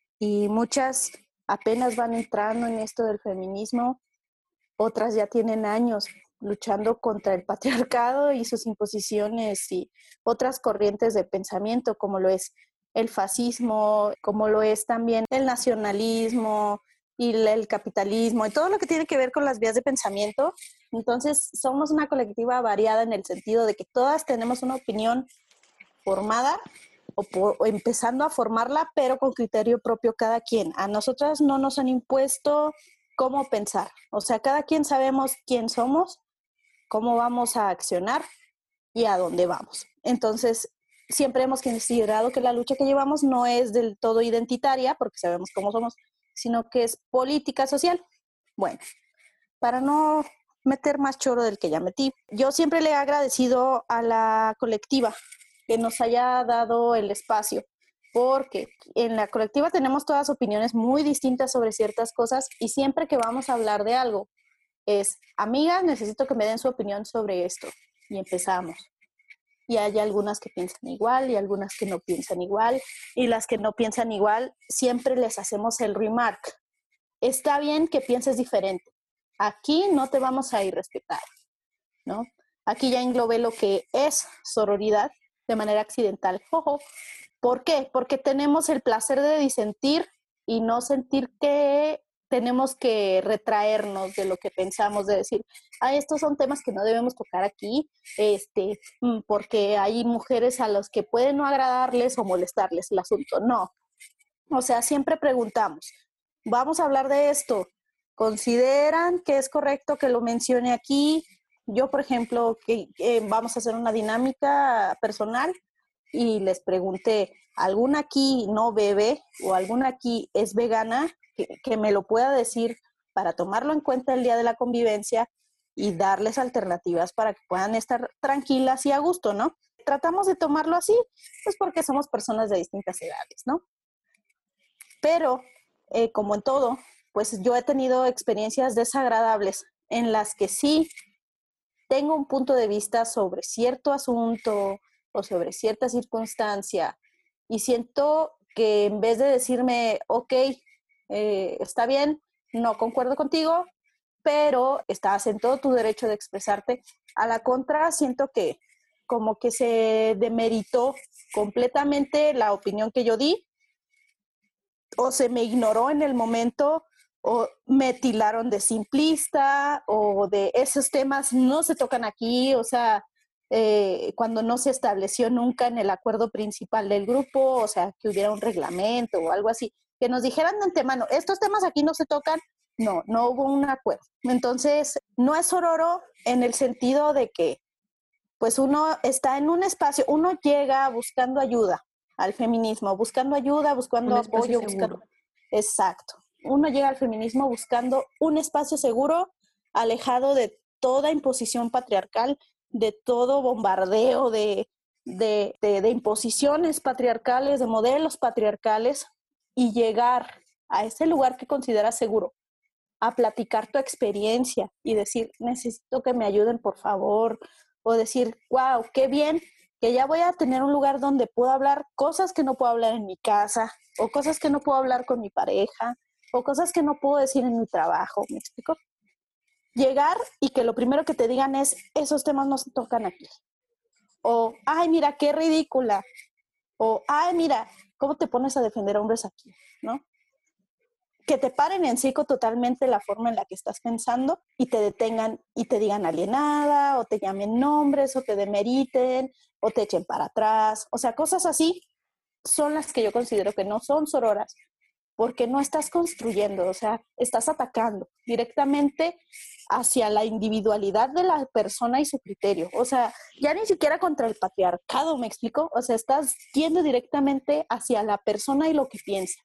y muchas apenas van entrando en esto del feminismo, otras ya tienen años luchando contra el patriarcado y sus imposiciones y otras corrientes de pensamiento como lo es el fascismo, como lo es también el nacionalismo y el capitalismo y todo lo que tiene que ver con las vías de pensamiento. Entonces somos una colectiva variada en el sentido de que todas tenemos una opinión formada o, por, o empezando a formarla, pero con criterio propio cada quien. A nosotras no nos han impuesto cómo pensar. O sea, cada quien sabemos quién somos, cómo vamos a accionar y a dónde vamos. Entonces, siempre hemos considerado que la lucha que llevamos no es del todo identitaria, porque sabemos cómo somos, sino que es política social. Bueno, para no meter más choro del que ya metí, yo siempre le he agradecido a la colectiva que nos haya dado el espacio, porque en la colectiva tenemos todas opiniones muy distintas sobre ciertas cosas y siempre que vamos a hablar de algo es, amigas, necesito que me den su opinión sobre esto y empezamos. Y hay algunas que piensan igual y algunas que no piensan igual, y las que no piensan igual siempre les hacemos el remark. Está bien que pienses diferente. Aquí no te vamos a irrespetar, ¿no? Aquí ya englobé lo que es sororidad de manera accidental. Ojo. ¿Por qué? Porque tenemos el placer de disentir y no sentir que tenemos que retraernos de lo que pensamos, de decir, ah, estos son temas que no debemos tocar aquí, este, porque hay mujeres a las que puede no agradarles o molestarles el asunto. No. O sea, siempre preguntamos, vamos a hablar de esto, ¿consideran que es correcto que lo mencione aquí? Yo, por ejemplo, que eh, vamos a hacer una dinámica personal y les pregunté, ¿alguna aquí no bebe o alguna aquí es vegana? Que, que me lo pueda decir para tomarlo en cuenta el día de la convivencia y darles alternativas para que puedan estar tranquilas y a gusto, ¿no? Tratamos de tomarlo así, pues porque somos personas de distintas edades, ¿no? Pero, eh, como en todo, pues yo he tenido experiencias desagradables en las que sí tengo un punto de vista sobre cierto asunto o sobre cierta circunstancia y siento que en vez de decirme, ok, eh, está bien, no concuerdo contigo, pero estás en todo tu derecho de expresarte, a la contra siento que como que se demeritó completamente la opinión que yo di, o se me ignoró en el momento, o me tilaron de simplista, o de esos temas no se tocan aquí, o sea, eh, cuando no se estableció nunca en el acuerdo principal del grupo, o sea, que hubiera un reglamento o algo así, que nos dijeran de antemano, estos temas aquí no se tocan, no, no hubo un acuerdo. Entonces, no es sororo en el sentido de que, pues uno está en un espacio, uno llega buscando ayuda al feminismo, buscando ayuda, buscando Un espacio apoyo, buscando... seguro. Exacto. Uno llega al feminismo buscando un espacio seguro, alejado de toda imposición patriarcal, de todo bombardeo de, de, de, de imposiciones patriarcales, de modelos patriarcales, y llegar a ese lugar que consideras seguro, a platicar tu experiencia y decir, necesito que me ayuden, por favor, o decir, wow, qué bien, que ya voy a tener un lugar donde puedo hablar cosas que no puedo hablar en mi casa, o cosas que no puedo hablar con mi pareja, o cosas que no puedo decir en mi trabajo, ¿me explico? Llegar y que lo primero que te digan es, esos temas no se tocan aquí. O, ay, mira, qué ridícula. O, ay, mira, ¿cómo te pones a defender a hombres aquí? ¿No? Que te paren en seco totalmente la forma en la que estás pensando y te detengan y te digan alienada, o te llamen nombres, o te demeriten, o te echen para atrás. O sea, cosas así son las que yo considero que no son sororas, porque no estás construyendo, o sea, estás atacando directamente hacia la individualidad de la persona y su criterio. O sea, ya ni siquiera contra el patriarcado, ¿me explico? O sea, estás yendo directamente hacia la persona y lo que piensa.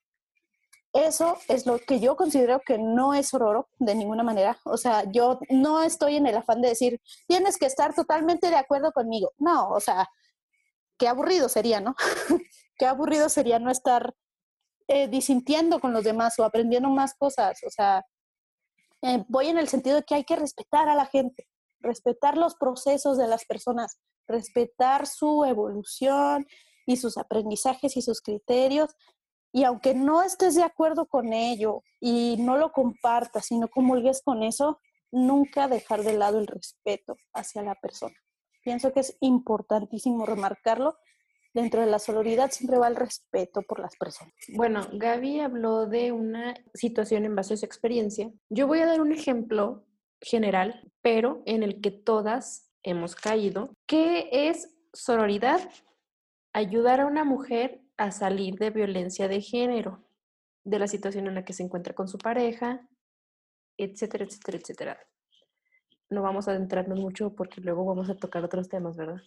Eso es lo que yo considero que no es sororo de ninguna manera. O sea, yo no estoy en el afán de decir, tienes que estar totalmente de acuerdo conmigo. No, o sea, qué aburrido sería, ¿no? Qué aburrido sería no estar eh, disintiendo con los demás o aprendiendo más cosas. O sea, eh, voy en el sentido de que hay que respetar a la gente, respetar los procesos de las personas, respetar su evolución y sus aprendizajes y sus criterios. Y aunque no estés de acuerdo con ello y no lo compartas y no comulgues con eso, nunca dejar de lado el respeto hacia la persona. Pienso que es importantísimo remarcarlo. Dentro de la sororidad siempre va el respeto por las personas. Bueno, Gaby habló de una situación en base a su experiencia. Yo voy a dar un ejemplo general, pero en el que todas hemos caído. ¿Qué es sororidad? Ayudar a una mujer a salir de violencia de género, de la situación en la que se encuentra con su pareja, etcétera, etcétera, etcétera. No vamos a adentrarnos mucho porque luego vamos a tocar otros temas, ¿verdad?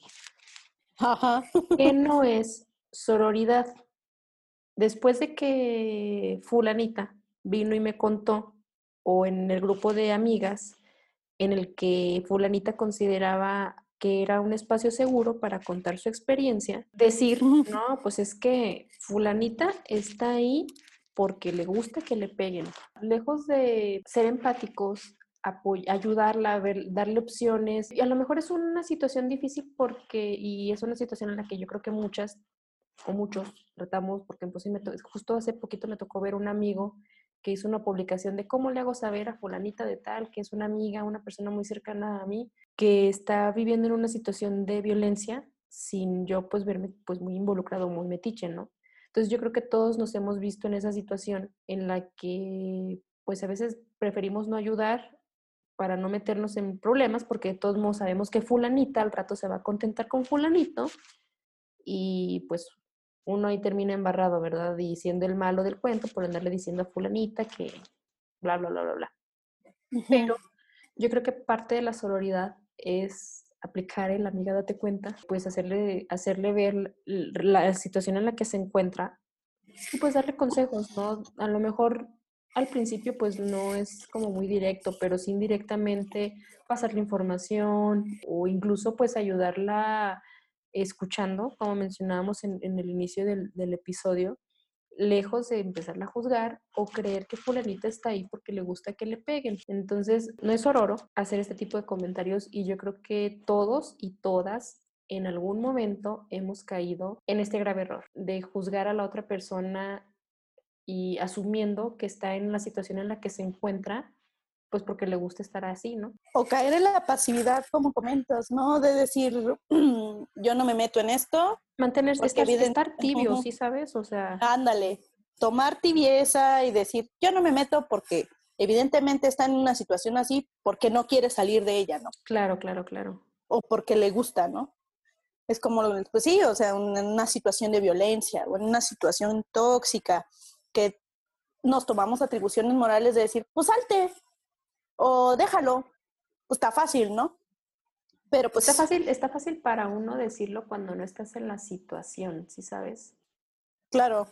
Ajá. ¿Qué no es sororidad? Después de que fulanita vino y me contó, o en el grupo de amigas, en el que fulanita consideraba que era un espacio seguro para contar su experiencia, decir, no, pues es que fulanita está ahí porque le gusta que le peguen. Lejos de ser empáticos, apoy- ayudarla, a ver, darle opciones, y a lo mejor es una situación difícil porque, y es una situación en la que yo creo que muchas o muchos tratamos, porque pues sí me to- justo hace poquito me tocó ver un amigo que hizo una publicación de cómo le hago saber a fulanita de tal, que es una amiga, una persona muy cercana a mí, que está viviendo en una situación de violencia sin yo pues verme pues muy involucrado, muy metiche, ¿no? Entonces yo creo que todos nos hemos visto en esa situación en la que pues a veces preferimos no ayudar para no meternos en problemas, porque de todos modos sabemos que fulanita al rato se va a contentar con fulanito y pues uno ahí termina embarrado, ¿verdad? Y siendo el malo del cuento por andarle diciendo a fulanita que bla, bla, bla, bla, bla. Uh-huh. Pero yo creo que parte de la sororidad es aplicar el amiga date cuenta, pues hacerle, hacerle ver la situación en la que se encuentra y pues darle consejos, ¿no? A lo mejor al principio pues no es como muy directo, pero sí indirectamente pasarle información o incluso pues ayudarla escuchando, como mencionábamos en, en el inicio del, del episodio, lejos de empezarla a juzgar o creer que fulanita está ahí porque le gusta que le peguen. Entonces, no es ororo hacer este tipo de comentarios y yo creo que todos y todas en algún momento hemos caído en este grave error de juzgar a la otra persona y asumiendo que está en la situación en la que se encuentra, pues porque le gusta estar así, ¿no? O caer en la pasividad, como comentas, ¿no? De decir, yo no me meto en esto, Mantener, porque estar, evidente, estar tibio, uh-huh. ¿sí sabes? O sea, Ándale, tomar tibieza y decir, yo no me meto porque evidentemente está en una situación así porque no quiere salir de ella, ¿no? claro, claro, claro. O porque le gusta, ¿no? Es como, pues sí, o sea, en una situación de violencia o en una situación tóxica que nos tomamos atribuciones morales de decir, pues salte o déjalo, pues está fácil, ¿no? Pero Está pues, fácil, está fácil para uno decirlo cuando no estás en la situación, ¿sí sabes? claro.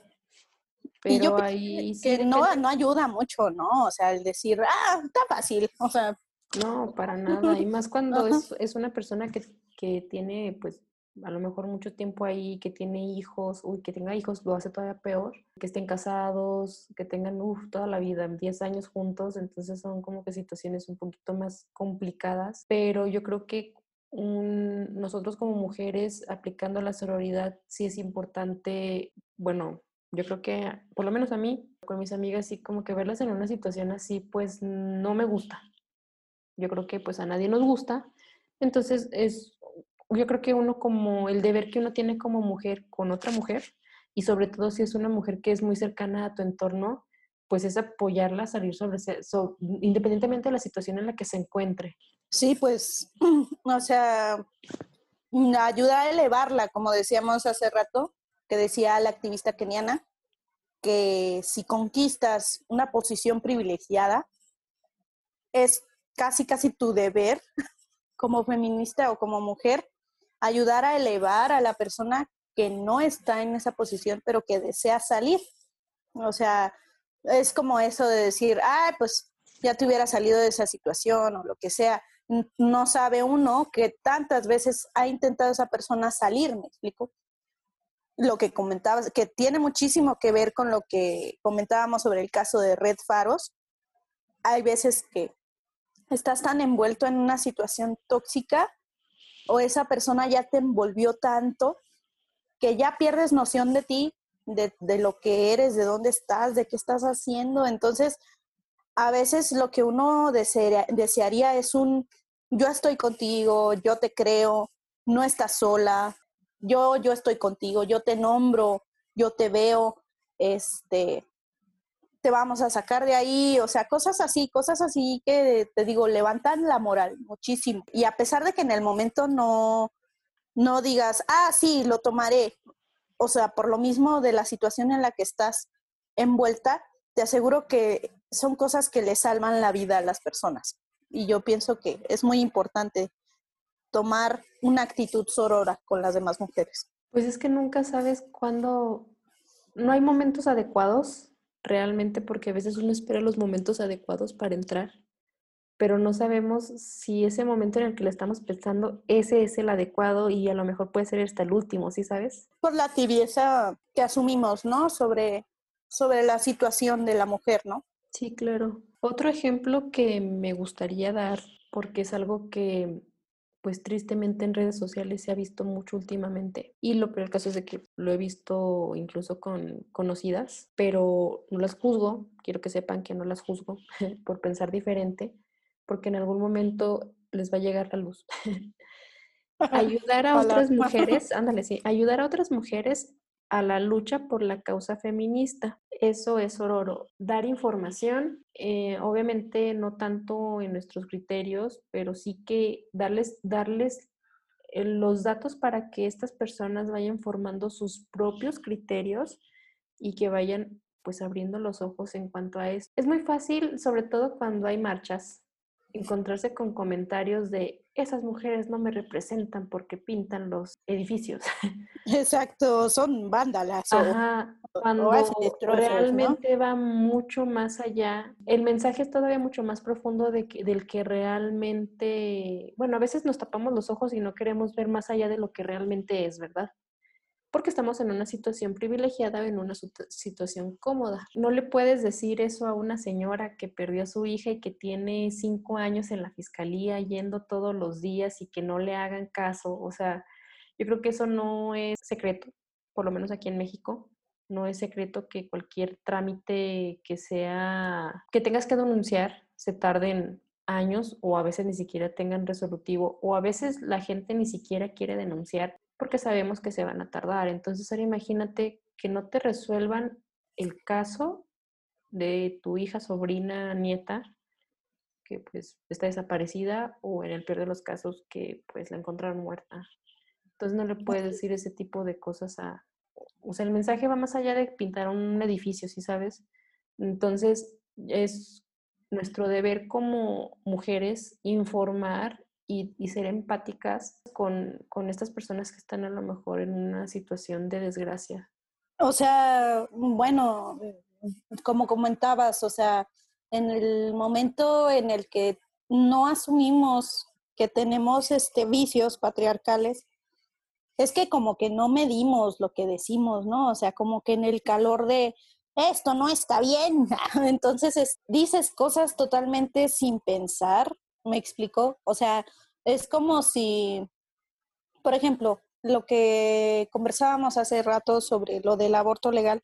Y yo Pero pienso ahí sí que no, depende. no ayuda mucho, ¿no? O sea, el decir, ah, está fácil, o sea. No, para nada. Y más cuando Ajá. es, es una persona que, que tiene, pues, a lo mejor mucho tiempo ahí, que tiene hijos, uy, que tenga hijos lo hace todavía peor, que estén casados, que tengan, uf, toda la vida, diez años juntos, entonces son como que situaciones un poquito más complicadas, pero yo creo que un, nosotros como mujeres aplicando la sororidad sí es importante, bueno, yo creo que por lo menos a mí, con mis amigas, sí como que verlas en una situación así, pues no me gusta. Yo creo que pues a nadie nos gusta. Entonces es yo creo que uno como el deber que uno tiene como mujer con otra mujer, y sobre todo si es una mujer que es muy cercana a tu entorno, pues es apoyarla a salir sobre, ese- so- independientemente de la situación en la que se encuentre. Sí, pues, o sea, ayuda a elevarla, como decíamos hace rato, que decía la activista keniana, que si conquistas una posición privilegiada, es casi, casi tu deber como feminista o como mujer, ayudar a elevar a la persona que no está en esa posición, pero que desea salir. O sea, es como eso de decir, ah, pues ya te hubiera salido de esa situación o lo que sea. No sabe uno que tantas veces ha intentado esa persona salir, ¿me explico? Lo que comentabas, que tiene muchísimo que ver con lo que comentábamos sobre el caso de Red Faros. Hay veces que estás tan envuelto en una situación tóxica o esa persona ya te envolvió tanto que ya pierdes noción de ti, de, de lo que eres, de dónde estás, de qué estás haciendo. Entonces, a veces lo que uno desea, desearía es un, yo estoy contigo, yo te creo, no estás sola, yo, yo estoy contigo, yo te nombro, yo te veo, este, te vamos a sacar de ahí, o sea, cosas así, cosas así que te digo, levantan la moral muchísimo. Y a pesar de que en el momento no, no digas, ah, sí, lo tomaré, o sea, por lo mismo de la situación en la que estás envuelta, te aseguro que son cosas que le salvan la vida a las personas. Y yo pienso que es muy importante tomar una actitud sorora con las demás mujeres. Pues es que nunca sabes cuándo, no hay momentos adecuados realmente porque a veces uno espera los momentos adecuados para entrar, pero no sabemos si ese momento en el que le estamos pensando, ese es el adecuado y a lo mejor puede ser hasta el último, ¿sí sabes? Por la tibieza que asumimos, ¿no? Sobre, sobre la situación de la mujer, ¿no? Sí, claro. Otro ejemplo que me gustaría dar, porque es algo que pues tristemente en redes sociales se ha visto mucho últimamente, y lo peor del caso es de que lo he visto incluso con conocidas, pero no las juzgo, quiero que sepan que no las juzgo por pensar diferente, porque en algún momento les va a llegar la luz. Ayudar a Ojalá. otras mujeres, ándale, sí, ayudar a otras mujeres a la lucha por la causa feminista. Eso es sororo. Dar información, eh, obviamente no tanto en nuestros criterios, pero sí que darles, darles eh, los datos para que estas personas vayan formando sus propios criterios y que vayan pues abriendo los ojos en cuanto a esto. Es muy fácil, sobre todo cuando hay marchas, encontrarse con comentarios de esas mujeres no me representan porque pintan los edificios. Exacto, son vándalas o, Ajá, o hacen cuando destrozos, ¿no? realmente va mucho más allá. El mensaje es todavía mucho más profundo de que, del que realmente, bueno, a veces nos tapamos los ojos y no queremos ver más allá de lo que realmente es, ¿verdad? Porque estamos en una situación privilegiada o en una situación cómoda. No le puedes decir eso a una señora que perdió a su hija y que tiene cinco años en la fiscalía yendo todos los días y que no le hagan caso. O sea, yo creo que eso no es secreto, por lo menos aquí en México. No es secreto que cualquier trámite que sea, que tengas que denunciar, se tarden años o a veces ni siquiera tengan resolutivo o a veces la gente ni siquiera quiere denunciar porque sabemos que se van a tardar. Entonces ahora imagínate que no te resuelvan el caso de tu hija, sobrina, nieta, que pues está desaparecida o en el peor de los casos que pues la encontraron muerta. Entonces no le puedes decir ese tipo de cosas a... O sea, el mensaje va más allá de pintar un edificio, ¿sí sabes? Entonces es nuestro deber como mujeres informar y, y ser empáticas con, con estas personas que están a lo mejor en una situación de desgracia. O sea, bueno, como comentabas, o sea, en el momento en el que no asumimos que tenemos este vicios patriarcales, es que como que no medimos lo que decimos, ¿no? O sea, como que en el calor de esto no está bien, entonces es, dices cosas totalmente sin pensar, ¿me explico? O sea, es como si, por ejemplo, lo que conversábamos hace rato sobre lo del aborto legal,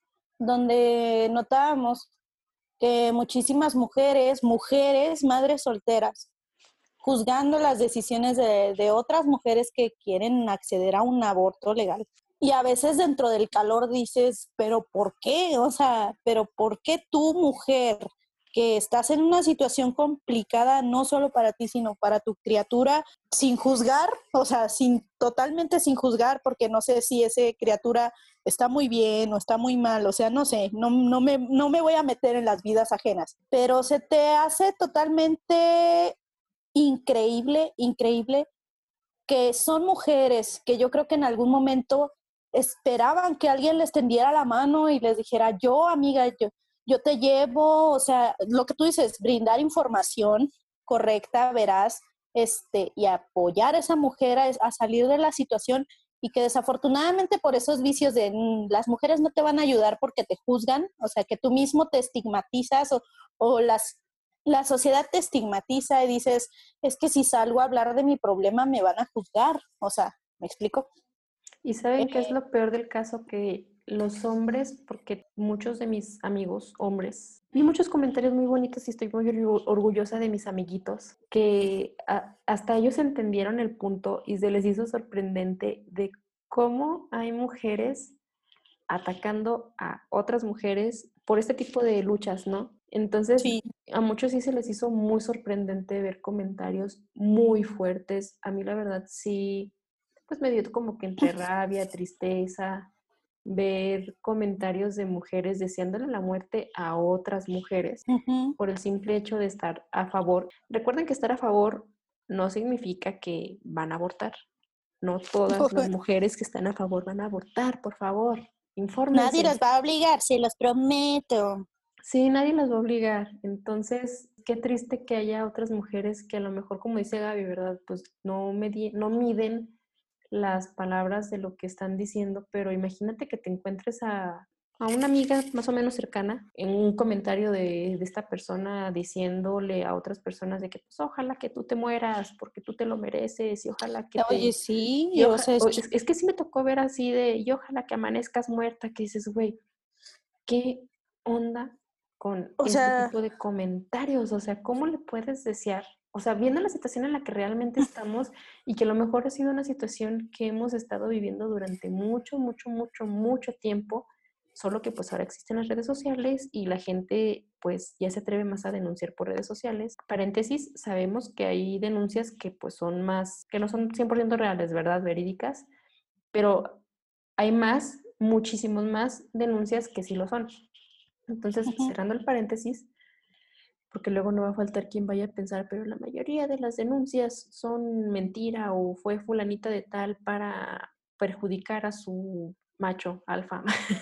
donde notábamos que muchísimas mujeres, mujeres, madres solteras, juzgando las decisiones de, de otras mujeres que quieren acceder a un aborto legal. Y a veces dentro del calor dices, ¿pero por qué? O sea, ¿pero por qué tú, mujer, que estás en una situación complicada, no solo para ti, sino para tu criatura, sin juzgar, o sea, sin, totalmente sin juzgar, porque no sé si esa criatura está muy bien o está muy mal, o sea, no sé, no, no, me, no me voy a meter en las vidas ajenas, pero se te hace totalmente increíble, increíble que son mujeres que yo creo que en algún momento esperaban que alguien les tendiera la mano y les dijera, yo, amiga, yo, yo te llevo, o sea, lo que tú dices, brindar información correcta, veraz, este, y apoyar a esa mujer a, a salir de la situación y que desafortunadamente por esos vicios de mm, las mujeres no te van a ayudar porque te juzgan, o sea, que tú mismo te estigmatizas o, o las, la sociedad te estigmatiza y dices, es que si salgo a hablar de mi problema me van a juzgar, o sea, ¿me explico? ¿Y saben qué es lo peor del caso? Que los hombres, porque muchos de mis amigos hombres, vi muchos comentarios muy bonitos y estoy muy orgu- orgullosa de mis amiguitos, que a- hasta ellos entendieron el punto y se les hizo sorprendente de cómo hay mujeres atacando a otras mujeres por este tipo de luchas, ¿no? Entonces, Sí. a muchos sí se les hizo muy sorprendente ver comentarios muy fuertes. A mí la verdad sí, pues me dio como que entre rabia, tristeza, ver comentarios de mujeres deseándole la muerte a otras mujeres Uh-huh. por el simple hecho de estar a favor. Recuerden que estar a favor no significa que van a abortar. No todas las mujeres que están a favor van a abortar, por favor. Nadie Infórmense. las va a obligar, se los prometo. Sí, nadie las va a obligar. Entonces, qué triste que haya otras mujeres que a lo mejor, como dice Gaby, ¿verdad? Pues no, medi- no miden las palabras de lo que están diciendo, pero imagínate que te encuentres a, a una amiga más o menos cercana en un comentario de, de esta persona diciéndole a otras personas de que pues ojalá que tú te mueras porque tú te lo mereces y ojalá que Oye, te... sí, Y o oja- sea, o- es, es, es que sí me tocó ver así de, y ojalá que amanezcas muerta, que dices, güey, ¿qué onda con o este sea, tipo de comentarios? O sea, ¿cómo le puedes desear? O sea, viendo la situación en la que realmente estamos y que a lo mejor ha sido una situación que hemos estado viviendo durante mucho, mucho, mucho, mucho tiempo, solo que pues ahora existen las redes sociales y la gente pues ya se atreve más a denunciar por redes sociales. Paréntesis, sabemos que hay denuncias que pues son más, que no son cien por ciento reales, ¿verdad? Verídicas, pero hay más, muchísimos más denuncias que sí lo son. Entonces, uh-huh. cerrando el paréntesis, porque luego no va a faltar quien vaya a pensar, pero la mayoría de las denuncias son mentira o fue fulanita de tal para perjudicar a su macho alfa.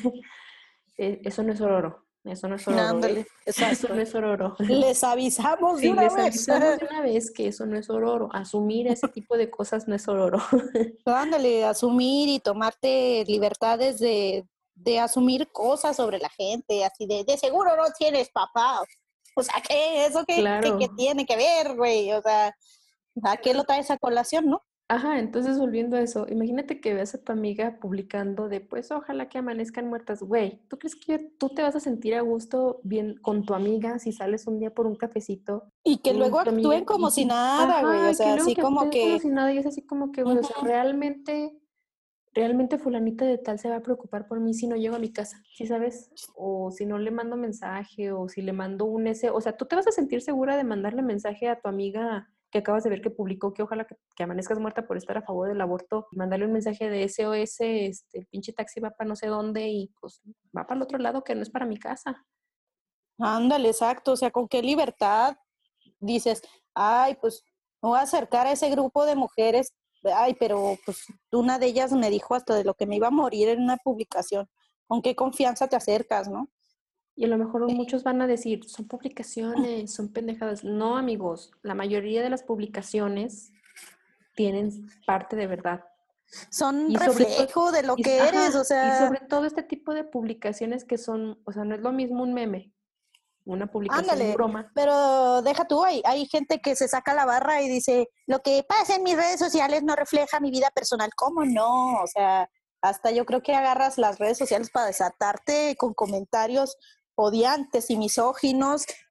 Eso no es ororo, eso no es ororo, ¿eh? Ándale, Eso no exacto. es ororo. Les avisamos de Sí, una les vez. avisamos de una vez que eso no es ororo. Asumir ese tipo de cosas no es ororo. Ándale, asumir y tomarte libertades de, de asumir cosas sobre la gente, así de, de seguro no tienes papá. O sea, ¿qué? ¿Eso qué, qué, qué Claro. tiene que ver, güey? O sea, ¿a qué lo traes a colación, no? Ajá, entonces volviendo a eso, imagínate que veas a tu amiga publicando de pues ojalá que amanezcan muertas, güey, ¿tú crees que tú te vas a sentir a gusto bien con tu amiga si sales un día por un cafecito Y que y luego tu amiga, actúen y como si si, nada, güey. O ajá, que sea, luego así que como actúen como que... si nada y es así como que, güey, o sea, Uh-huh. realmente, realmente fulanita de tal se va a preocupar por mí si no llego a mi casa, ¿sí sabes? O si no le mando mensaje o si le mando un ese, o sea, tú te vas a sentir segura de mandarle mensaje a tu amiga que acabas de ver que publicó que ojalá que, que amanezcas muerta por estar a favor del aborto y mandarle un mensaje de S O S, este, el pinche taxi va para no sé dónde y pues va para el otro lado que no es para mi casa. Ándale, exacto. O sea, con qué libertad dices, ay, pues me voy a acercar a ese grupo de mujeres, ay, pero pues una de ellas me dijo hasta de lo que me iba a morir en una publicación. ¿Con qué confianza te acercas, no? Y a lo mejor muchos van a decir, son publicaciones, son pendejadas. No, amigos, la mayoría de las publicaciones tienen parte de verdad. Son Y sobre todo, reflejo de lo y, que eres, o ajá, y sea, sobre todo este tipo de publicaciones que son, o sea, no es lo mismo un meme, una publicación en ándale, broma. pero deja tú, hay, hay gente que se saca la barra y dice, lo que pasa en mis redes sociales no refleja mi vida personal. ¿Cómo no? O sea, hasta yo creo que agarras las redes sociales para desatarte con comentarios odiantes y misóginos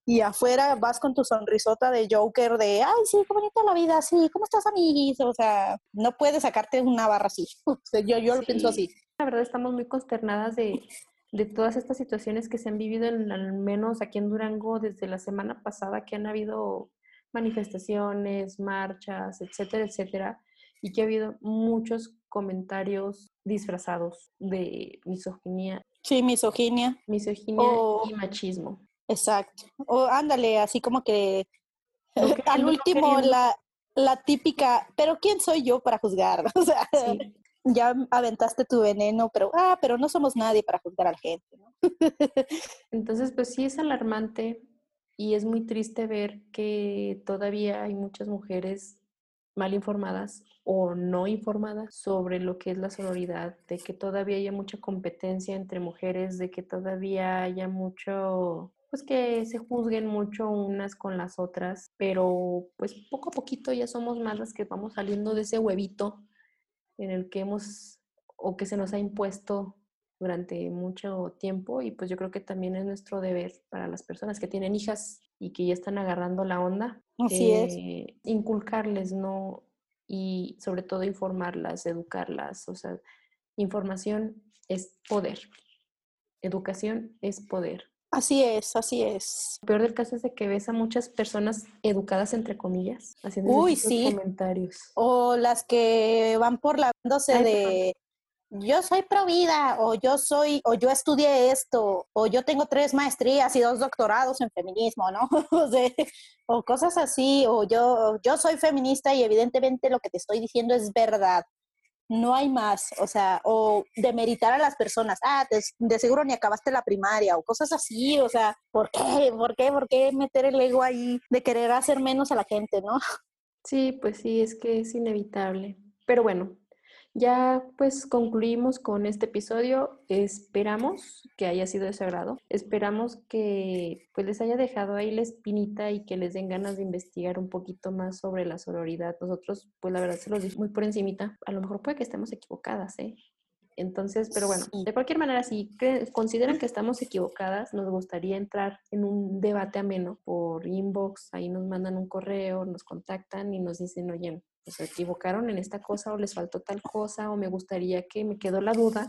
y afuera vas con tu sonrisota de Joker de, ay, sí, qué bonita la vida, sí, ¿cómo estás, amiguis? O sea, no puedes sacarte una barra así. O sea, yo, yo lo pienso así. Sí, la verdad estamos muy consternadas de, de todas estas situaciones que se han vivido, en, al menos aquí en Durango, desde la semana pasada, que han habido manifestaciones, marchas, etcétera, etcétera, y que ha habido muchos comentarios disfrazados de misoginia, Sí, misoginia. misoginia O, y machismo. exacto. O ándale, así como que No al queriendo, no último queriendo. la, la típica, pero ¿quién soy yo para juzgar? O sea, Sí. ya aventaste tu veneno, pero, ah, pero no somos nadie para juzgar a la gente, ¿no? Entonces, pues sí es alarmante y es muy triste ver que todavía hay muchas mujeres mal informadas o no informadas sobre lo que es la sororidad, de que todavía haya mucha competencia entre mujeres, de que todavía haya mucho, pues que se juzguen mucho unas con las otras, pero pues poco a poquito ya somos más las que vamos saliendo de ese huevito en el que hemos o que se nos ha impuesto durante mucho tiempo, y pues yo creo que también es nuestro deber para las personas que tienen hijas y que ya están agarrando la onda, Así es. eh, inculcarles, ¿no? Y sobre todo informarlas, educarlas, o sea, información es poder, educación es poder. Así es, así es. Lo peor del caso es de que ves a muchas personas educadas, entre comillas, haciendo ese Uy, tipo de sí. comentarios. O las que van por la dándose Ay, perdón. de yo soy pro vida, o yo soy, o yo estudié esto, o yo tengo tres maestrías y dos doctorados en feminismo, ¿no? O sea, o cosas así, o yo, yo soy feminista y evidentemente lo que te estoy diciendo es verdad. No hay más, o sea, o demeritar a las personas, ah, de, de seguro ni acabaste la primaria, o cosas así, o sea, ¿por qué? ¿Por qué? ¿Por qué meter el ego ahí de querer hacer menos a la gente, no? Sí, pues sí, es que es inevitable. Pero bueno, ya pues concluimos con este episodio. Esperamos que haya sido de su agrado. Esperamos que pues les haya dejado ahí la espinita y que les den ganas de investigar un poquito más sobre la sororidad. Nosotros, pues la verdad se los dije muy por encimita. A lo mejor puede que estemos equivocadas, ¿eh? Entonces, pero bueno, Sí. de cualquier manera, si cre- consideran que estamos equivocadas, nos gustaría entrar en un debate ameno por inbox, ahí nos mandan un correo, nos contactan y nos dicen, oye, pues se equivocaron en esta cosa o les faltó tal cosa o me gustaría que me quedó la duda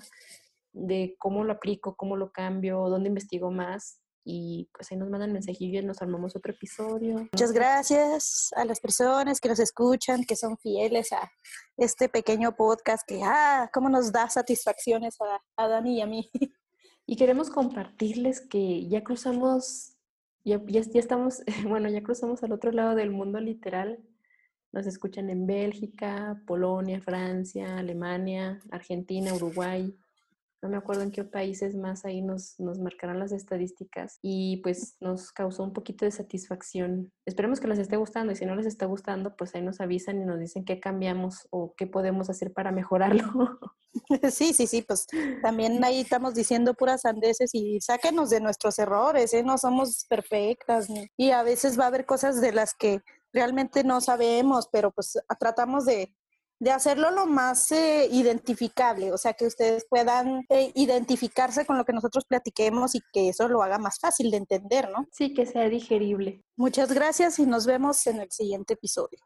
de cómo lo aplico, cómo lo cambio, dónde investigo más, y pues ahí nos mandan mensajillo y nos armamos otro episodio. Muchas gracias a las personas que nos escuchan, que son fieles a este pequeño podcast que, ah, cómo nos da satisfacciones a, a Dani y a mí. Y queremos compartirles que ya cruzamos, ya, ya, ya estamos, bueno, ya cruzamos al otro lado del mundo literal. Nos escuchan en Bélgica, Polonia, Francia, Alemania, Argentina, Uruguay. No me acuerdo en qué países más ahí nos, nos marcarán las estadísticas, y pues nos causó un poquito de satisfacción. Esperemos que les esté gustando, y si no les está gustando, pues ahí nos avisan y nos dicen qué cambiamos o qué podemos hacer para mejorarlo. Sí, sí, sí, pues también ahí estamos diciendo puras sandeces y sáquenos de nuestros errores, ¿eh? No somos perfectas, ni- y a veces va a haber cosas de las que realmente no sabemos, pero pues tratamos de, de hacerlo lo más eh, identificable, o sea, que ustedes puedan eh, identificarse con lo que nosotros platiquemos y que eso lo haga más fácil de entender, ¿no? Sí, que sea digerible. Muchas gracias y nos vemos en el siguiente episodio.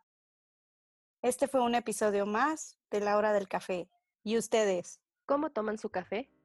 Este fue un episodio más de La Hora del Café. ¿Y ustedes? ¿Cómo toman su café?